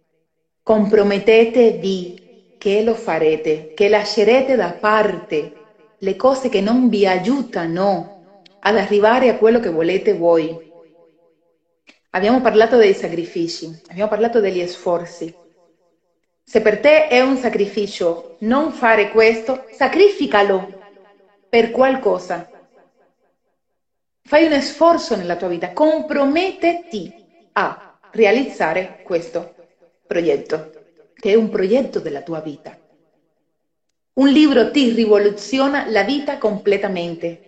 Compromettetevi che lo farete, che lascerete da parte le cose che non vi aiutano ad arrivare a quello che volete voi. Abbiamo parlato dei sacrifici, abbiamo parlato degli sforzi. Se per te è un sacrificio non fare questo, sacrificalo per qualcosa. Fai un sforzo nella tua vita, compromettiti a realizzare questo progetto, che è un progetto della tua vita. Un libro ti rivoluziona la vita completamente.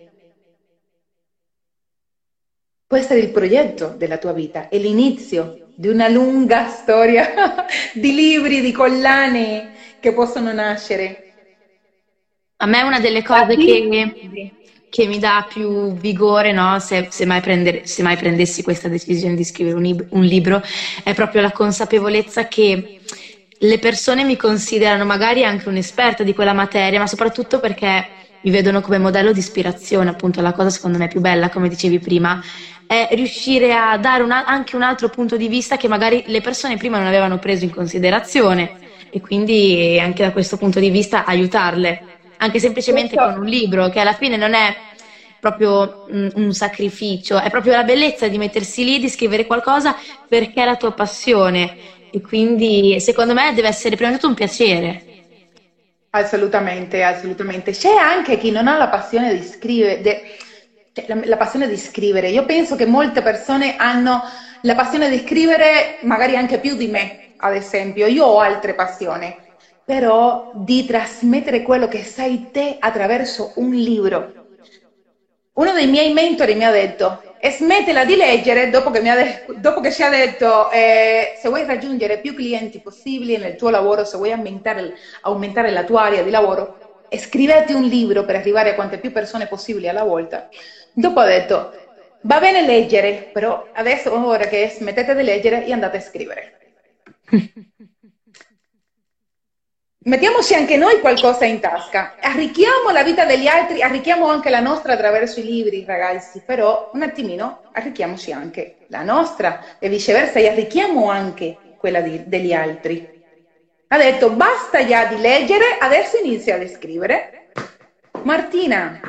Può essere il progetto della tua vita, è l'inizio di una lunga storia di libri, di collane che possono nascere. A me una delle Da cose qui, che mi dà più vigore, no, se mai prendessi questa decisione di scrivere un libro, è proprio la consapevolezza che le persone mi considerano magari anche un'esperta di quella materia, ma soprattutto perché mi vedono come modello di ispirazione, appunto, la cosa secondo me più bella, come dicevi prima, è riuscire a dare anche un altro punto di vista che magari le persone prima non avevano preso in considerazione e quindi anche da questo punto di vista aiutarle anche semplicemente con questo un libro, che alla fine non è proprio un sacrificio, è proprio la bellezza di mettersi lì, di scrivere qualcosa perché è la tua passione. E quindi secondo me deve essere prima di tutto un piacere. assolutamente, assolutamente. C'è anche chi non ha la passione di scrivere, cioè, la passione di scrivere. Io penso che molte persone hanno la passione di scrivere, magari anche più di me, ad esempio. Io ho altre passioni, però di trasmettere quello che sai te attraverso un libro. Uno dei miei mentori mi ha detto, smettila di leggere dopo che ci ha detto, se vuoi raggiungere più clienti possibili nel tuo lavoro, se vuoi aumentare la tua area di lavoro, scrivete un libro per arrivare a quante più persone possibili alla volta. Dopo ha detto, Va bene leggere, però adesso ora che smettete di leggere e andate a scrivere. Mettiamoci anche noi qualcosa in tasca, arricchiamo la vita degli altri, arricchiamo anche la nostra attraverso i libri, ragazzi, però un attimino arricchiamoci anche la nostra e viceversa e arricchiamo anche quella degli altri. Ha detto basta già di leggere, adesso inizia a scrivere. Martina,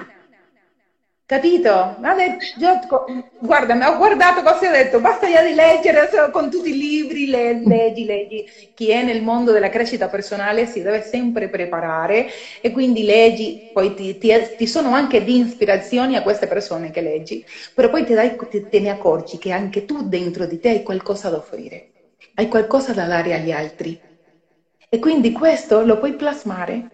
capito? Guarda, mi ho guardato cosa ho detto, basta già di leggere con tutti i libri, leggi. Chi è nel mondo della crescita personale si deve sempre preparare e quindi leggi, poi ti sono anche di ispirazioni a queste persone che leggi, però poi te ne accorgi che anche tu dentro di te hai qualcosa da offrire, hai qualcosa da dare agli altri e quindi questo lo puoi plasmare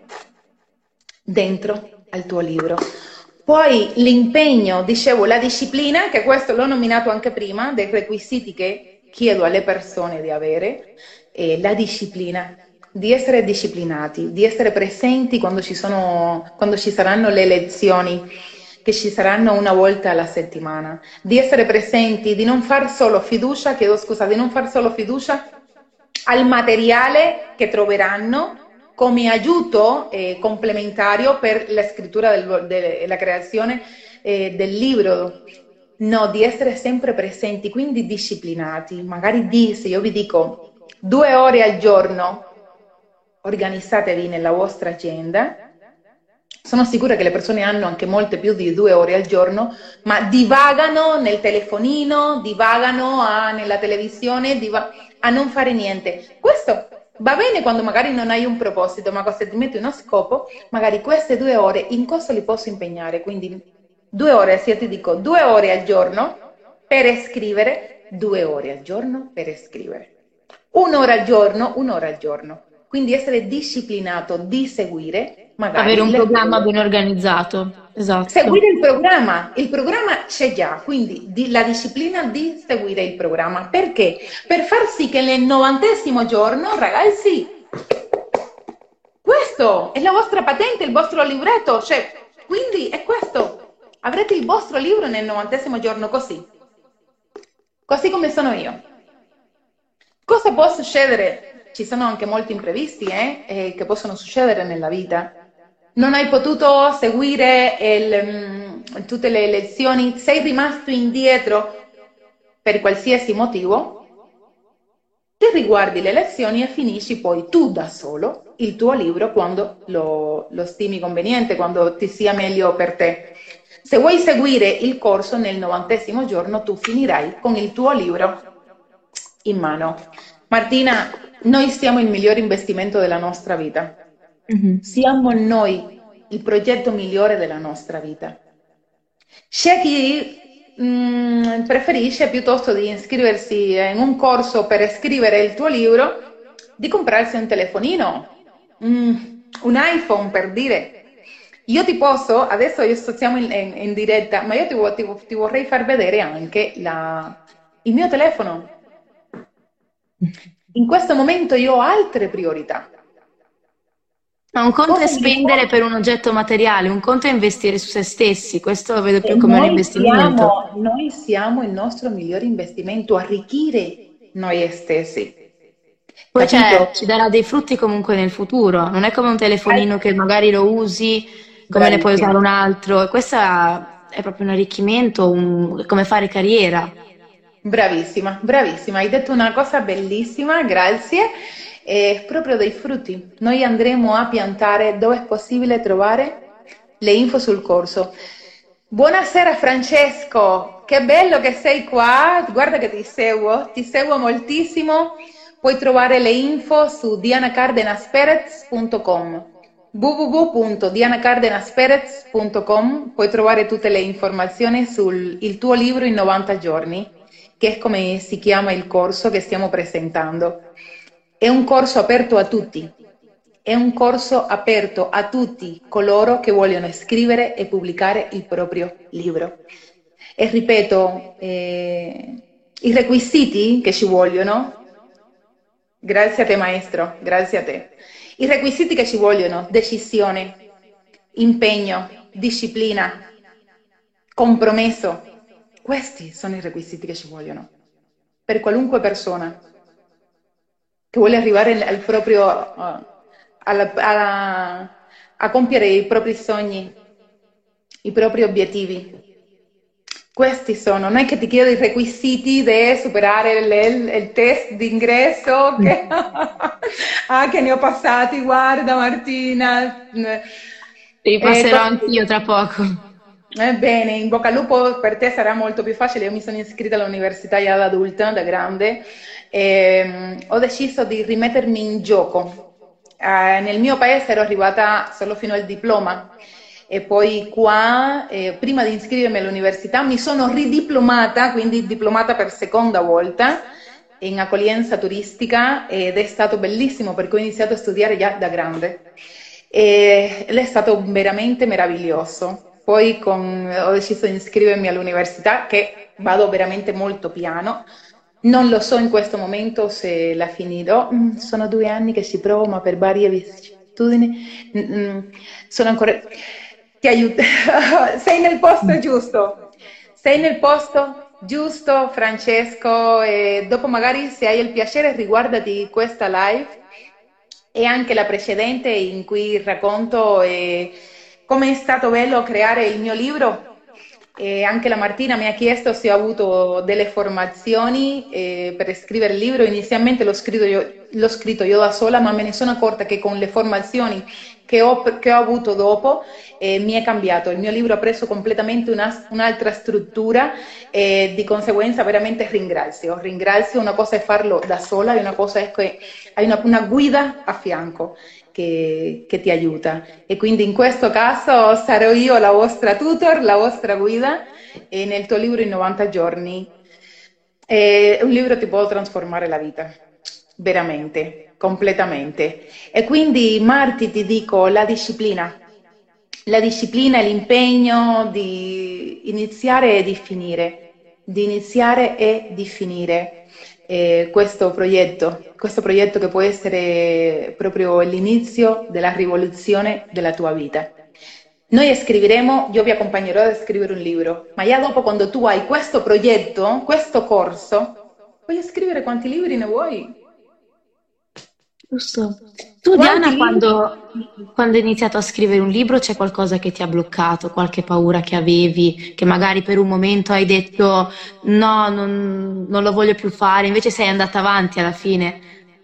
dentro al tuo libro. Poi l'impegno, dicevo, la disciplina, che questo l'ho nominato anche prima, dei requisiti che chiedo alle persone di avere, la disciplina, di essere disciplinati, di essere presenti quando ci saranno le lezioni, che ci saranno una volta alla settimana, di essere presenti, di non far solo fiducia, di non far solo fiducia al materiale che troveranno come aiuto complementario per la scrittura la creazione del libro. No, di essere sempre presenti, quindi disciplinati. Magari se io vi dico 2 ore al giorno, organizzatevi nella vostra agenda. Sono sicura che le persone hanno anche molte più di 2 ore al giorno, ma divagano nel telefonino, divagano nella televisione, a non fare niente. Questo va bene quando magari non hai un proposito, ma se ti metti uno scopo, magari queste 2 ore in cosa li posso impegnare? Quindi 2 ore, se io ti dico 2 ore al giorno per scrivere, 2 ore al giorno per scrivere. 1 ora al giorno, 1 ora al giorno. Quindi essere disciplinato di seguire magari Avere un programma ben organizzato, esatto. seguire il programma c'è già, quindi la disciplina di seguire il programma. Perché? Per far sì che nel 90° giorno, ragazzi, questo è la vostra patente, il vostro libretto, cioè, quindi è questo. Avrete il vostro libro nel 90° giorno così come sono io. Cosa può succedere? Ci sono anche molti imprevisti che possono succedere nella vita. Non hai potuto seguire tutte le lezioni, sei rimasto indietro per qualsiasi motivo, ti riguardi le lezioni e finisci poi tu da solo il tuo libro quando lo stimi conveniente, quando ti sia meglio per te. Se vuoi seguire il corso nel 90° giorno, tu finirai con il tuo libro in mano. Martina, noi siamo il miglior investimento della nostra vita. Siamo noi il progetto migliore della nostra vita. C'è chi preferisce, piuttosto di iscriversi in un corso per scrivere il tuo libro, di comprarsi un telefonino, un iPhone per dire. Io ti posso, adesso siamo in diretta, ma io ti vorrei far vedere anche il mio telefono. In questo momento io ho altre priorità. Ma un conto è spendere per un oggetto materiale, un conto è investire su se stessi, questo lo vedo più come un investimento. Noi siamo il nostro migliore investimento, arricchire noi stessi. Poi ci darà dei frutti comunque nel futuro, non è come un telefonino che magari lo usi, come ne puoi usare un altro, e questo è proprio un arricchimento, è come fare carriera. Bravissima, bravissima, hai detto una cosa bellissima, grazie. Proprio dei frutti. Noi andremo a piantare dove è possibile trovare le info sul corso. Buonasera Francesco, che bello che sei qua, guarda che ti seguo moltissimo. Puoi trovare le info su dianacardenasperez.com www.dianacardenasperez.com. Puoi trovare tutte le informazioni sul tuo libro in 90 giorni, che è come si chiama il corso che stiamo presentando. È un corso aperto a tutti, è un corso aperto a tutti coloro che vogliono scrivere e pubblicare il proprio libro. E ripeto, i requisiti che ci vogliono, grazie a te maestro, grazie a te, i requisiti che ci vogliono: decisione, impegno, disciplina, compromesso, Questi sono i requisiti che ci vogliono per qualunque persona che vuole arrivare al proprio, a compiere i propri sogni, i propri obiettivi. Questi sono, non è che ti chiedo i requisiti di superare il test d'ingresso, che, che ne ho passati, guarda Martina. Li passerò anch'io tra poco. Bene, in bocca al lupo, per te sarà molto più facile. Io mi sono iscritta all'università già da adulta, da grande, e ho deciso di rimettermi in gioco. Nel mio paese ero arrivata solo fino al diploma e poi qua, prima di iscrivermi all'università, mi sono ridiplomata, quindi diplomata per seconda volta in accoglienza turistica, ed è stato bellissimo perché ho iniziato a studiare già da grande ed è stato veramente meraviglioso. Poi ho deciso di iscrivermi all'università, che vado veramente molto piano. Non lo so in questo momento se la finirò. Sono 2 anni che ci provo, ma per varie vicissitudini sono ancora... Ti aiuto. Sei nel posto giusto. Sei nel posto giusto, Francesco. E dopo magari, se hai il piacere, riguardati questa live e anche la precedente in cui racconto come è stato bello creare il mio libro. E anche la Martina mi ha chiesto se ho avuto delle formazioni per scrivere il libro. Inizialmente l'ho scritto io da sola, ma me ne sono accorta che con le formazioni che ho avuto dopo mi è cambiato. Il mio libro ha preso completamente un'altra struttura e di conseguenza veramente ringrazio. Ringrazio, una cosa è farlo da sola e una cosa è che hai una guida a fianco che ti aiuta, e quindi in questo caso sarò io la vostra tutor, la vostra guida, e nel tuo libro in 90 giorni un libro ti può trasformare la vita, veramente, completamente. E quindi Marti, ti dico la disciplina e l'impegno di iniziare e di finire, questo progetto che può essere proprio l'inizio della rivoluzione della tua vita. Noi scriveremo, io vi accompagnerò a scrivere un libro, ma già dopo, quando tu hai questo progetto, questo corso, puoi scrivere quanti libri ne vuoi. Giusto. Tu, Quanti Diana, libri? quando hai iniziato a scrivere un libro, c'è qualcosa che ti ha bloccato, qualche paura che avevi, che magari per un momento hai detto no, non lo voglio più fare, invece sei andata avanti alla fine.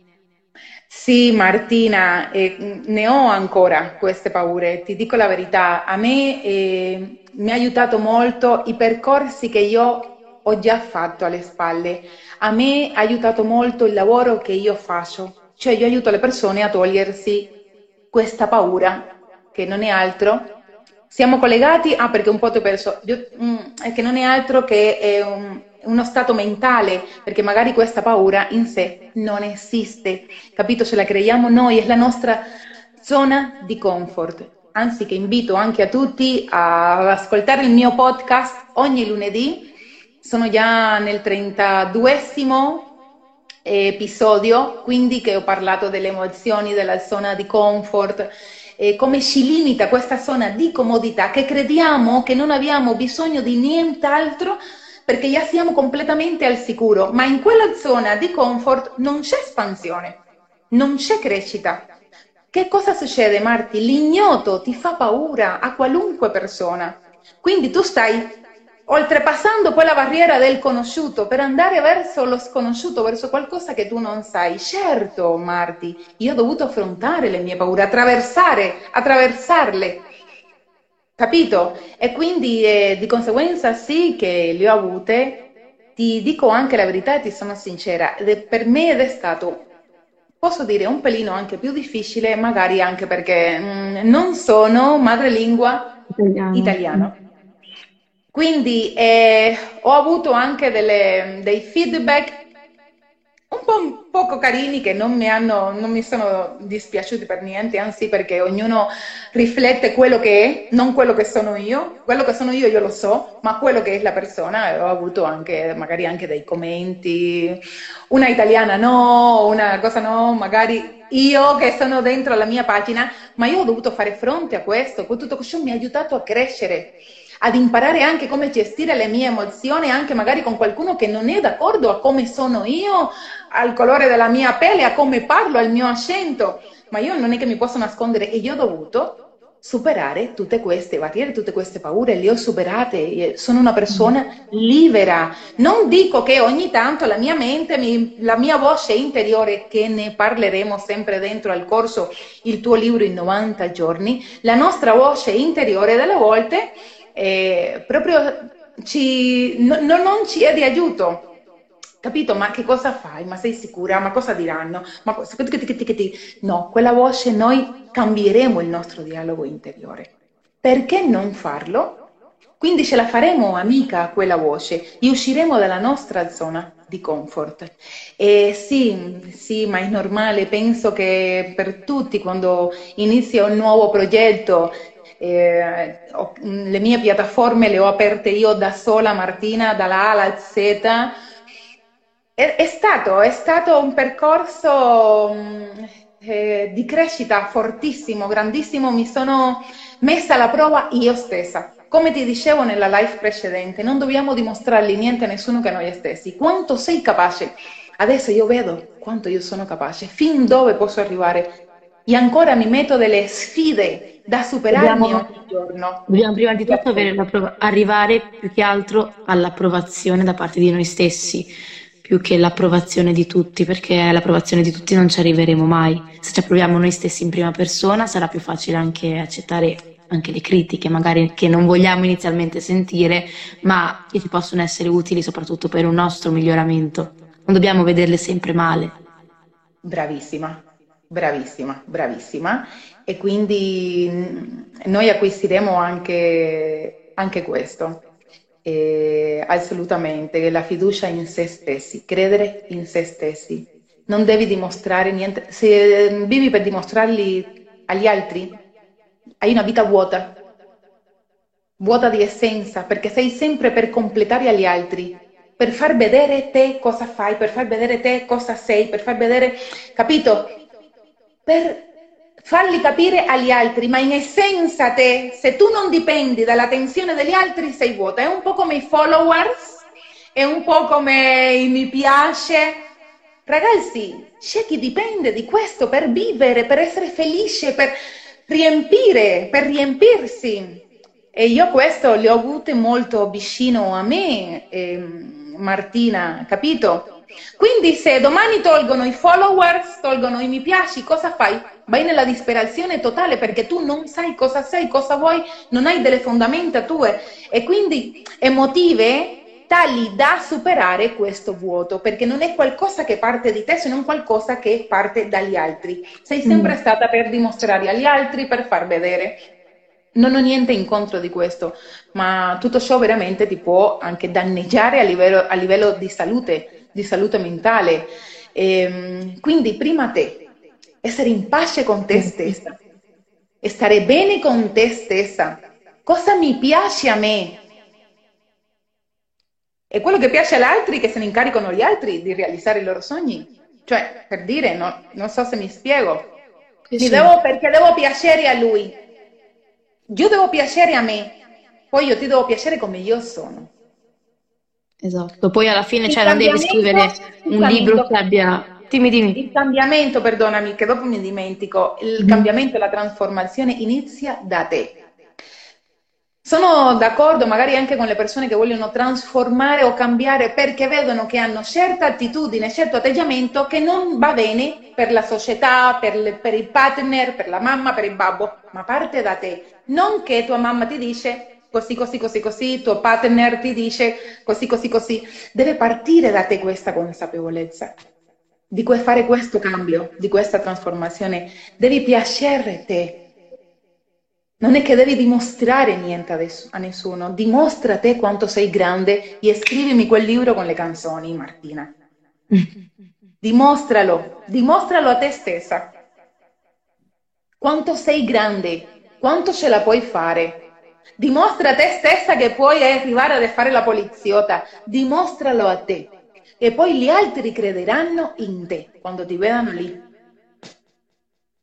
Sì, Martina, ne ho ancora queste paure, ti dico la verità. A me mi ha aiutato molto i percorsi che io ho già fatto alle spalle. A me ha aiutato molto il lavoro che io faccio, cioè io aiuto le persone a togliersi questa paura, che non è altro. Siamo collegati? Ah, perché un po' ti ho perso. È che non è altro che uno stato mentale, perché magari questa paura in sé non esiste, capito? Ce la creiamo noi, è la nostra zona di comfort. Anzi, che invito anche a tutti ad ascoltare il mio podcast ogni lunedì. Sono già nel 32esimo episodio, quindi, che ho parlato delle emozioni, della zona di comfort, come ci limita questa zona di comodità, che crediamo che non abbiamo bisogno di nient'altro perché già siamo completamente al sicuro, ma in quella zona di comfort non c'è espansione, non c'è crescita. Che cosa succede, Marti? L'ignoto ti fa paura a qualunque persona, quindi tu stai oltrepassando poi la barriera del conosciuto per andare verso lo sconosciuto, verso qualcosa che tu non sai. Certo, Marti, io ho dovuto affrontare le mie paure, attraversarle, capito? E quindi di conseguenza sì che le ho avute. Ti dico anche la verità e ti sono sincera, per me ed è stato, posso dire, un pelino anche più difficile, magari anche perché non sono madrelingua Italiano. italiano. Quindi ho avuto anche dei feedback un poco carini, che non mi sono dispiaciuti per niente, anzi, perché ognuno riflette quello che è, non quello che sono io. Quello che sono io lo so, ma quello che è la persona, ho avuto anche, magari anche dei commenti, una italiana no, una cosa no, magari io che sono dentro la mia pagina, ma io ho dovuto fare fronte a questo, tutto ciò mi ha aiutato a crescere, ad imparare anche come gestire le mie emozioni, anche magari con qualcuno che non è d'accordo a come sono io, al colore della mia pelle, a come parlo, al mio accento. Ma io non è che mi posso nascondere, e io ho dovuto superare tutte queste barriere, tutte queste paure, le ho superate, sono una persona libera. Non dico che ogni tanto la mia mente, la mia voce interiore, che ne parleremo sempre dentro al corso Il tuo libro in 90 giorni, la nostra voce interiore delle volte proprio non ci è di aiuto. Capito? Ma che cosa fai? Ma sei sicura? Ma cosa diranno? Ma no, quella voce noi cambieremo il nostro dialogo interiore. Perché non farlo? Quindi ce la faremo amica quella voce e usciremo dalla nostra zona di comfort. E sì, sì, ma è normale, penso che per tutti quando inizia un nuovo progetto, le mie piattaforme le ho aperte io da sola, Martina, dalla A alla Z. È stato un percorso di crescita fortissimo, grandissimo, mi sono messa alla prova io stessa. Come ti dicevo nella live precedente, non dobbiamo dimostrargli niente a nessuno che a noi stessi. Quanto sei capace? Adesso io vedo quanto io sono capace, fin dove posso arrivare. E ancora mi metto delle sfide da superarmi Dobbiamo, ogni giorno. dobbiamo prima di Ti tutto assegno. arrivare più che altro all'approvazione da parte di noi stessi, più che l'approvazione di tutti, perché all'approvazione di tutti non ci arriveremo mai. Se ci approviamo noi stessi in prima persona, sarà più facile anche accettare anche le critiche, magari che non vogliamo inizialmente sentire, ma che ci possono essere utili soprattutto per un nostro miglioramento. Non dobbiamo vederle sempre male. Bravissima, bravissima, bravissima. E quindi noi acquisiremo anche questo. Assolutamente, la fiducia in se stessi, credere in se stessi. Non devi dimostrare niente. Se vivi per dimostrarli agli altri, hai una vita vuota, vuota di essenza, perché sei sempre per completare agli altri, per far vedere te cosa fai, per far vedere te cosa sei, per far vedere, capito? Per farli capire agli altri, ma in essenza te, se tu non dipendi dall'attenzione degli altri, sei vuota. È un po' come i followers, è un po' come i mi piace. Ragazzi, c'è chi dipende di questo per vivere, per essere felice, per riempire, per riempirsi. E io questo le ho avute molto vicino a me, Martina, capito? Quindi se domani tolgono i followers, tolgono i mi piaci, cosa fai? Vai nella disperazione totale perché tu non sai cosa sei, cosa vuoi, non hai delle fondamenta tue e quindi emotive tali da superare questo vuoto, perché non è qualcosa che parte di te, se non qualcosa che parte dagli altri. Sei sempre stata per dimostrare agli altri, per far vedere. Non ho niente in contro di questo, ma tutto ciò veramente ti può anche danneggiare a livello di salute mentale. Quindi prima te, essere in pace con te stessa e stare bene con te stessa. Cosa mi piace a me? E quello che piace agli altri, che se ne incaricano gli altri di realizzare i loro sogni. Cioè, per dire, non so se mi spiego. Sì, sì. Perché devo piacere a lui. Io devo piacere a me, poi io ti devo piacere come io sono. Esatto, poi alla fine, Il cioè, non devi cambiamento, scrivere un libro che abbia... Dimmi, il dimmi. cambiamento, perdonami, che dopo mi dimentico, il Mhm. cambiamento e la trasformazione inizia da te. Sono d'accordo magari anche con le persone che vogliono trasformare o cambiare perché vedono che hanno certa attitudine, certo atteggiamento che non va bene per la società, per il partner, per la mamma, per il babbo, ma parte da te. Non che tua mamma ti dice così, così, così, così, tuo partner ti dice così, così, così. Deve partire da te questa consapevolezza di fare questo cambio, di questa trasformazione. Devi piacere te. Non è che devi dimostrare niente a nessuno, dimostra te quanto sei grande e scrivimi quel libro con le canzoni, Martina. Dimostralo, dimostralo a te stessa. Quanto sei grande, quanto ce la puoi fare. Dimostra a te stessa che puoi arrivare a fare la poliziotta, dimostralo a te. E poi gli altri crederanno in te quando ti vedano lì.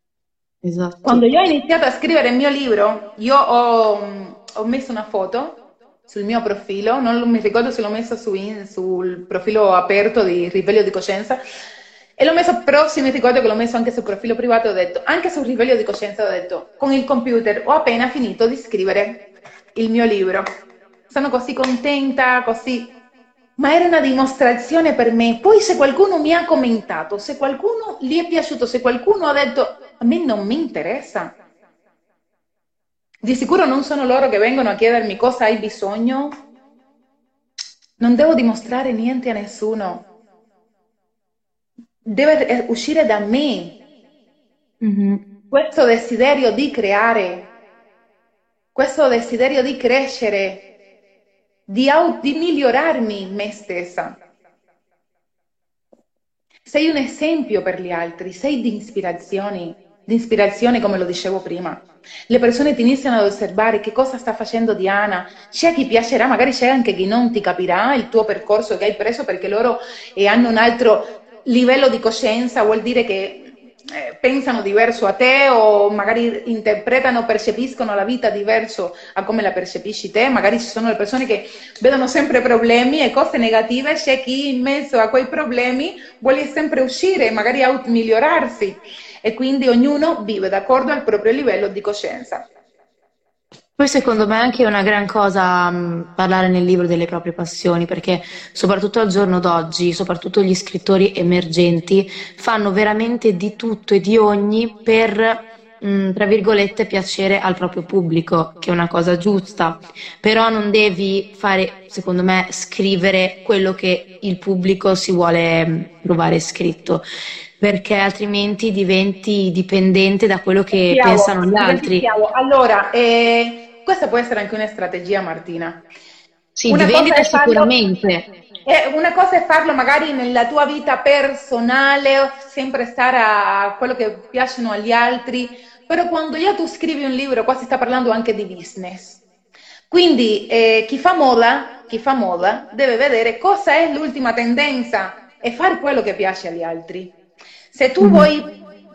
Esatto. Quando io ho iniziato a scrivere il mio libro, io ho messo una foto sul mio profilo, non mi ricordo se l'ho messo sul profilo aperto di Risveglio di Coscienza, e l'ho messo, però sì mi ricordo che l'ho messo anche sul profilo privato, ho detto, anche sul Risveglio di Coscienza ho detto, con il computer ho appena finito di scrivere il mio libro. Sono così contenta, così... Ma era una dimostrazione per me. Poi se qualcuno mi ha commentato, se qualcuno gli è piaciuto, se qualcuno ha detto, a me non mi interessa. Di sicuro non sono loro che vengono a chiedermi cosa hai bisogno. Non devo dimostrare niente a nessuno. Deve uscire da me questo desiderio di creare, questo desiderio di crescere, di migliorarmi me stessa. Sei un esempio per gli altri, sei di ispirazione come lo dicevo prima. Le persone ti iniziano ad osservare che cosa sta facendo Diana, c'è chi piacerà, magari c'è anche chi non ti capirà il tuo percorso che hai preso perché loro hanno un altro livello di coscienza, vuol dire che pensano diverso a te o magari interpretano, percepiscono la vita diverso a come la percepisci te, magari ci sono le persone che vedono sempre problemi e cose negative, c'è chi in mezzo a quei problemi vuole sempre uscire, magari migliorarsi e quindi ognuno vive d'accordo al proprio livello di coscienza. Poi secondo me è anche una gran cosa parlare nel libro delle proprie passioni, perché soprattutto al giorno d'oggi, soprattutto gli scrittori emergenti, fanno veramente di tutto e di ogni per, tra virgolette, piacere al proprio pubblico, che è una cosa giusta, però non devi fare, secondo me, scrivere quello che il pubblico si vuole trovare scritto, perché altrimenti diventi dipendente da quello che pensano gli Diventi altri. schiavo. Allora, questa può essere anche una strategia, Martina. Sì, di Una cosa vendita è farlo, sicuramente. una cosa è farlo magari nella tua vita personale, o sempre stare a quello che piacciono agli altri, però quando già tu scrivi un libro, qua si sta parlando anche di business. Quindi chi fa moda deve vedere cosa è l'ultima tendenza e fare quello che piace agli altri. Se tu Mhm. vuoi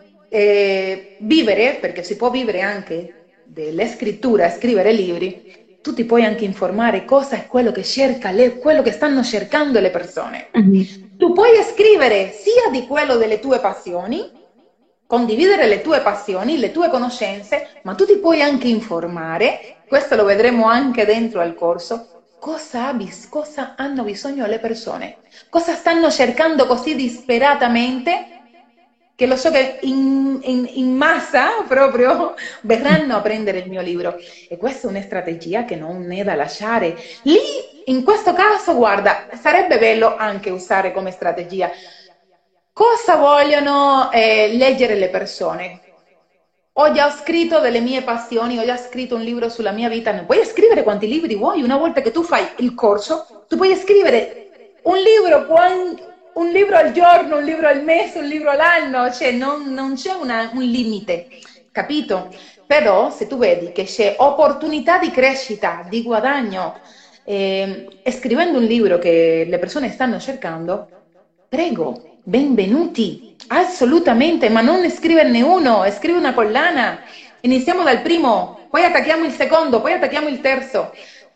vivere, perché si può vivere anche delle scritture, scrivere libri, tu ti puoi anche informare cosa è quello che cerca, quello che stanno cercando le persone. Mhm. Tu puoi scrivere sia di quello delle tue passioni, condividere le tue passioni, le tue conoscenze, ma tu ti puoi anche informare, questo lo vedremo anche dentro al corso, cosa hanno bisogno le persone, cosa stanno cercando così disperatamente che lo so che in massa proprio verranno a prendere il mio libro. E questa è una strategia che non è da lasciare. Lì, in questo caso, guarda, sarebbe bello anche usare come strategia. Cosa vogliono leggere le persone? Ho già scritto delle mie passioni, ho già scritto un libro sulla mia vita, ne puoi scrivere quanti libri vuoi, una volta che tu fai il corso, tu puoi scrivere un libro, un libro al giorno, un libro al mese, un libro all'anno, cioè non c'è un limite, capito? Però se tu vedi che c'è opportunità di crescita, di guadagno, scrivendo un libro che le persone stanno cercando, prego, benvenuti, assolutamente, ma non scriverne uno, scrivi una collana. Iniziamo dal primo, poi attacchiamo il secondo, poi attacchiamo il terzo.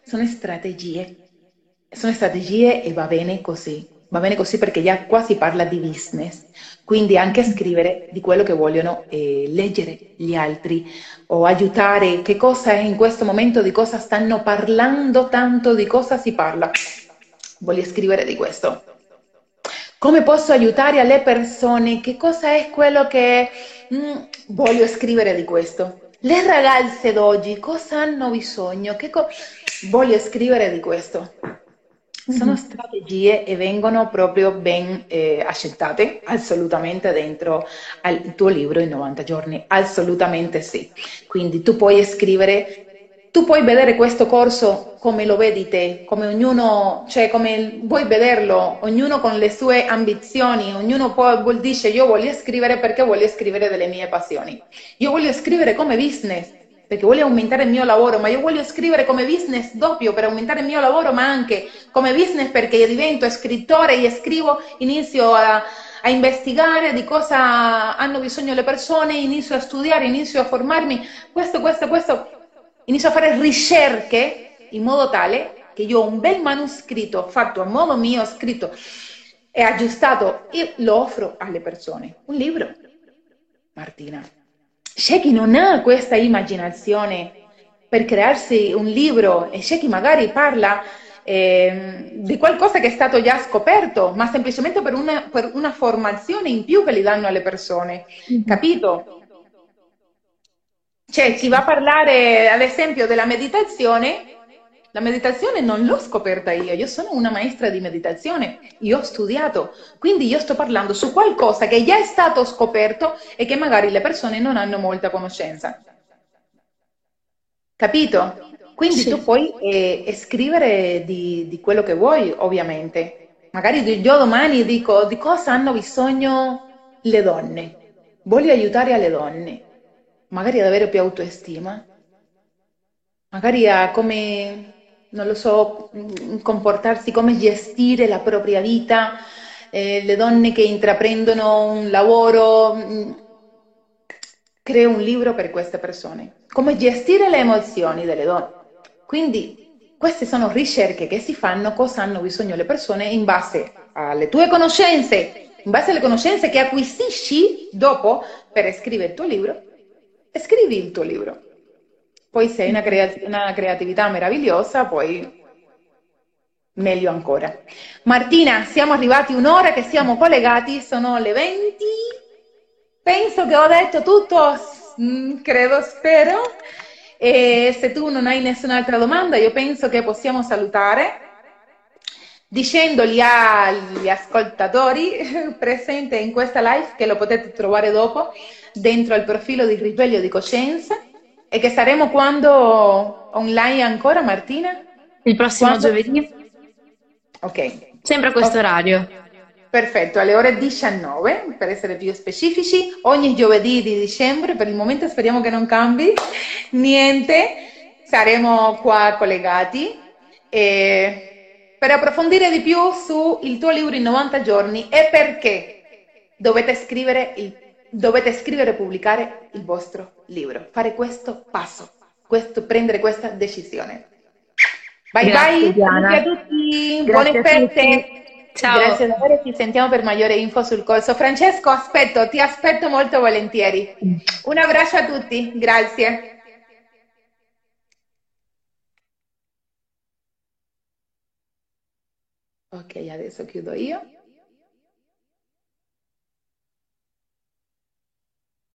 Sono strategie e va bene così. Va bene così perché già qua si parla di business, quindi anche scrivere di quello che vogliono leggere gli altri o aiutare, che cosa è in questo momento, di cosa stanno parlando tanto, di cosa si parla. Voglio scrivere di questo. Come posso aiutare le persone? Che cosa è quello che voglio scrivere di questo? Le ragazze d'oggi cosa hanno bisogno? Voglio scrivere di questo. Sono Mhm. strategie e vengono proprio ben accettate assolutamente dentro al tuo libro in 90 giorni, assolutamente sì. Quindi tu puoi scrivere, tu puoi vedere questo corso come lo vedi te, come ognuno, cioè come vuoi vederlo, ognuno con le sue ambizioni, ognuno dice io voglio scrivere perché voglio scrivere delle mie passioni. Io voglio scrivere come business perché voglio aumentare il mio lavoro, ma io voglio scrivere come business doppio per aumentare il mio lavoro, ma anche come business perché divento scrittore e scrivo, inizio a investigare di cosa hanno bisogno le persone, inizio a studiare, inizio a formarmi, questo, inizio a fare ricerche in modo tale che io ho un bel manoscritto fatto a modo mio, scritto e aggiustato, e lo offro alle persone. Un libro, Martina. C'è chi non ha questa immaginazione per crearsi un libro e c'è chi magari parla di qualcosa che è stato già scoperto, ma semplicemente per una formazione in più che li danno alle persone, capito? C'è chi va a parlare, ad esempio, della meditazione. La meditazione non l'ho scoperta io sono una maestra di meditazione, io ho studiato, quindi io sto parlando su qualcosa che già è stato scoperto e che magari le persone non hanno molta conoscenza. Capito? Quindi tu Sì. puoi scrivere di quello che vuoi, ovviamente. Magari io domani dico di cosa hanno bisogno le donne. Voglio aiutare alle donne, magari ad avere più autostima, magari a come, non lo so, comportarsi, come gestire la propria vita, le donne che intraprendono un lavoro, creo un libro per queste persone, come gestire le emozioni delle donne. Quindi queste sono ricerche che si fanno, cosa hanno bisogno le persone in base alle tue conoscenze, in base alle conoscenze che acquisisci dopo per scrivere il tuo libro, scrivi il tuo libro. Poi se hai una creatività meravigliosa, poi meglio ancora. Martina, siamo arrivati un'ora che siamo collegati, sono le 20. Penso che ho detto tutto, credo, spero. E se tu non hai nessun'altra domanda, io penso che possiamo salutare dicendogli agli ascoltatori presenti in questa live che lo potete trovare dopo dentro al profilo di Risveglio di Coscienza e che saremo quando online ancora, Martina? Il prossimo Quando? giovedì, Ok. sempre a questo Ok. orario. Perfetto, alle ore 19 per essere più specifici, ogni giovedì di dicembre, per il momento speriamo che non cambi niente, saremo qua collegati per approfondire di più sul tuo libro in 90 giorni e perché dovete scrivere e pubblicare il vostro libro, fare questo passo, prendere questa decisione. Bye Grazie bye, saluti a Diana. tutti, buone Grazie a tutti. feste. Ciao. Grazie davvero, ci sentiamo per maggiore info sul corso. Francesco, ti aspetto molto volentieri. Un abbraccio a tutti, grazie. Ok, adesso chiudo io.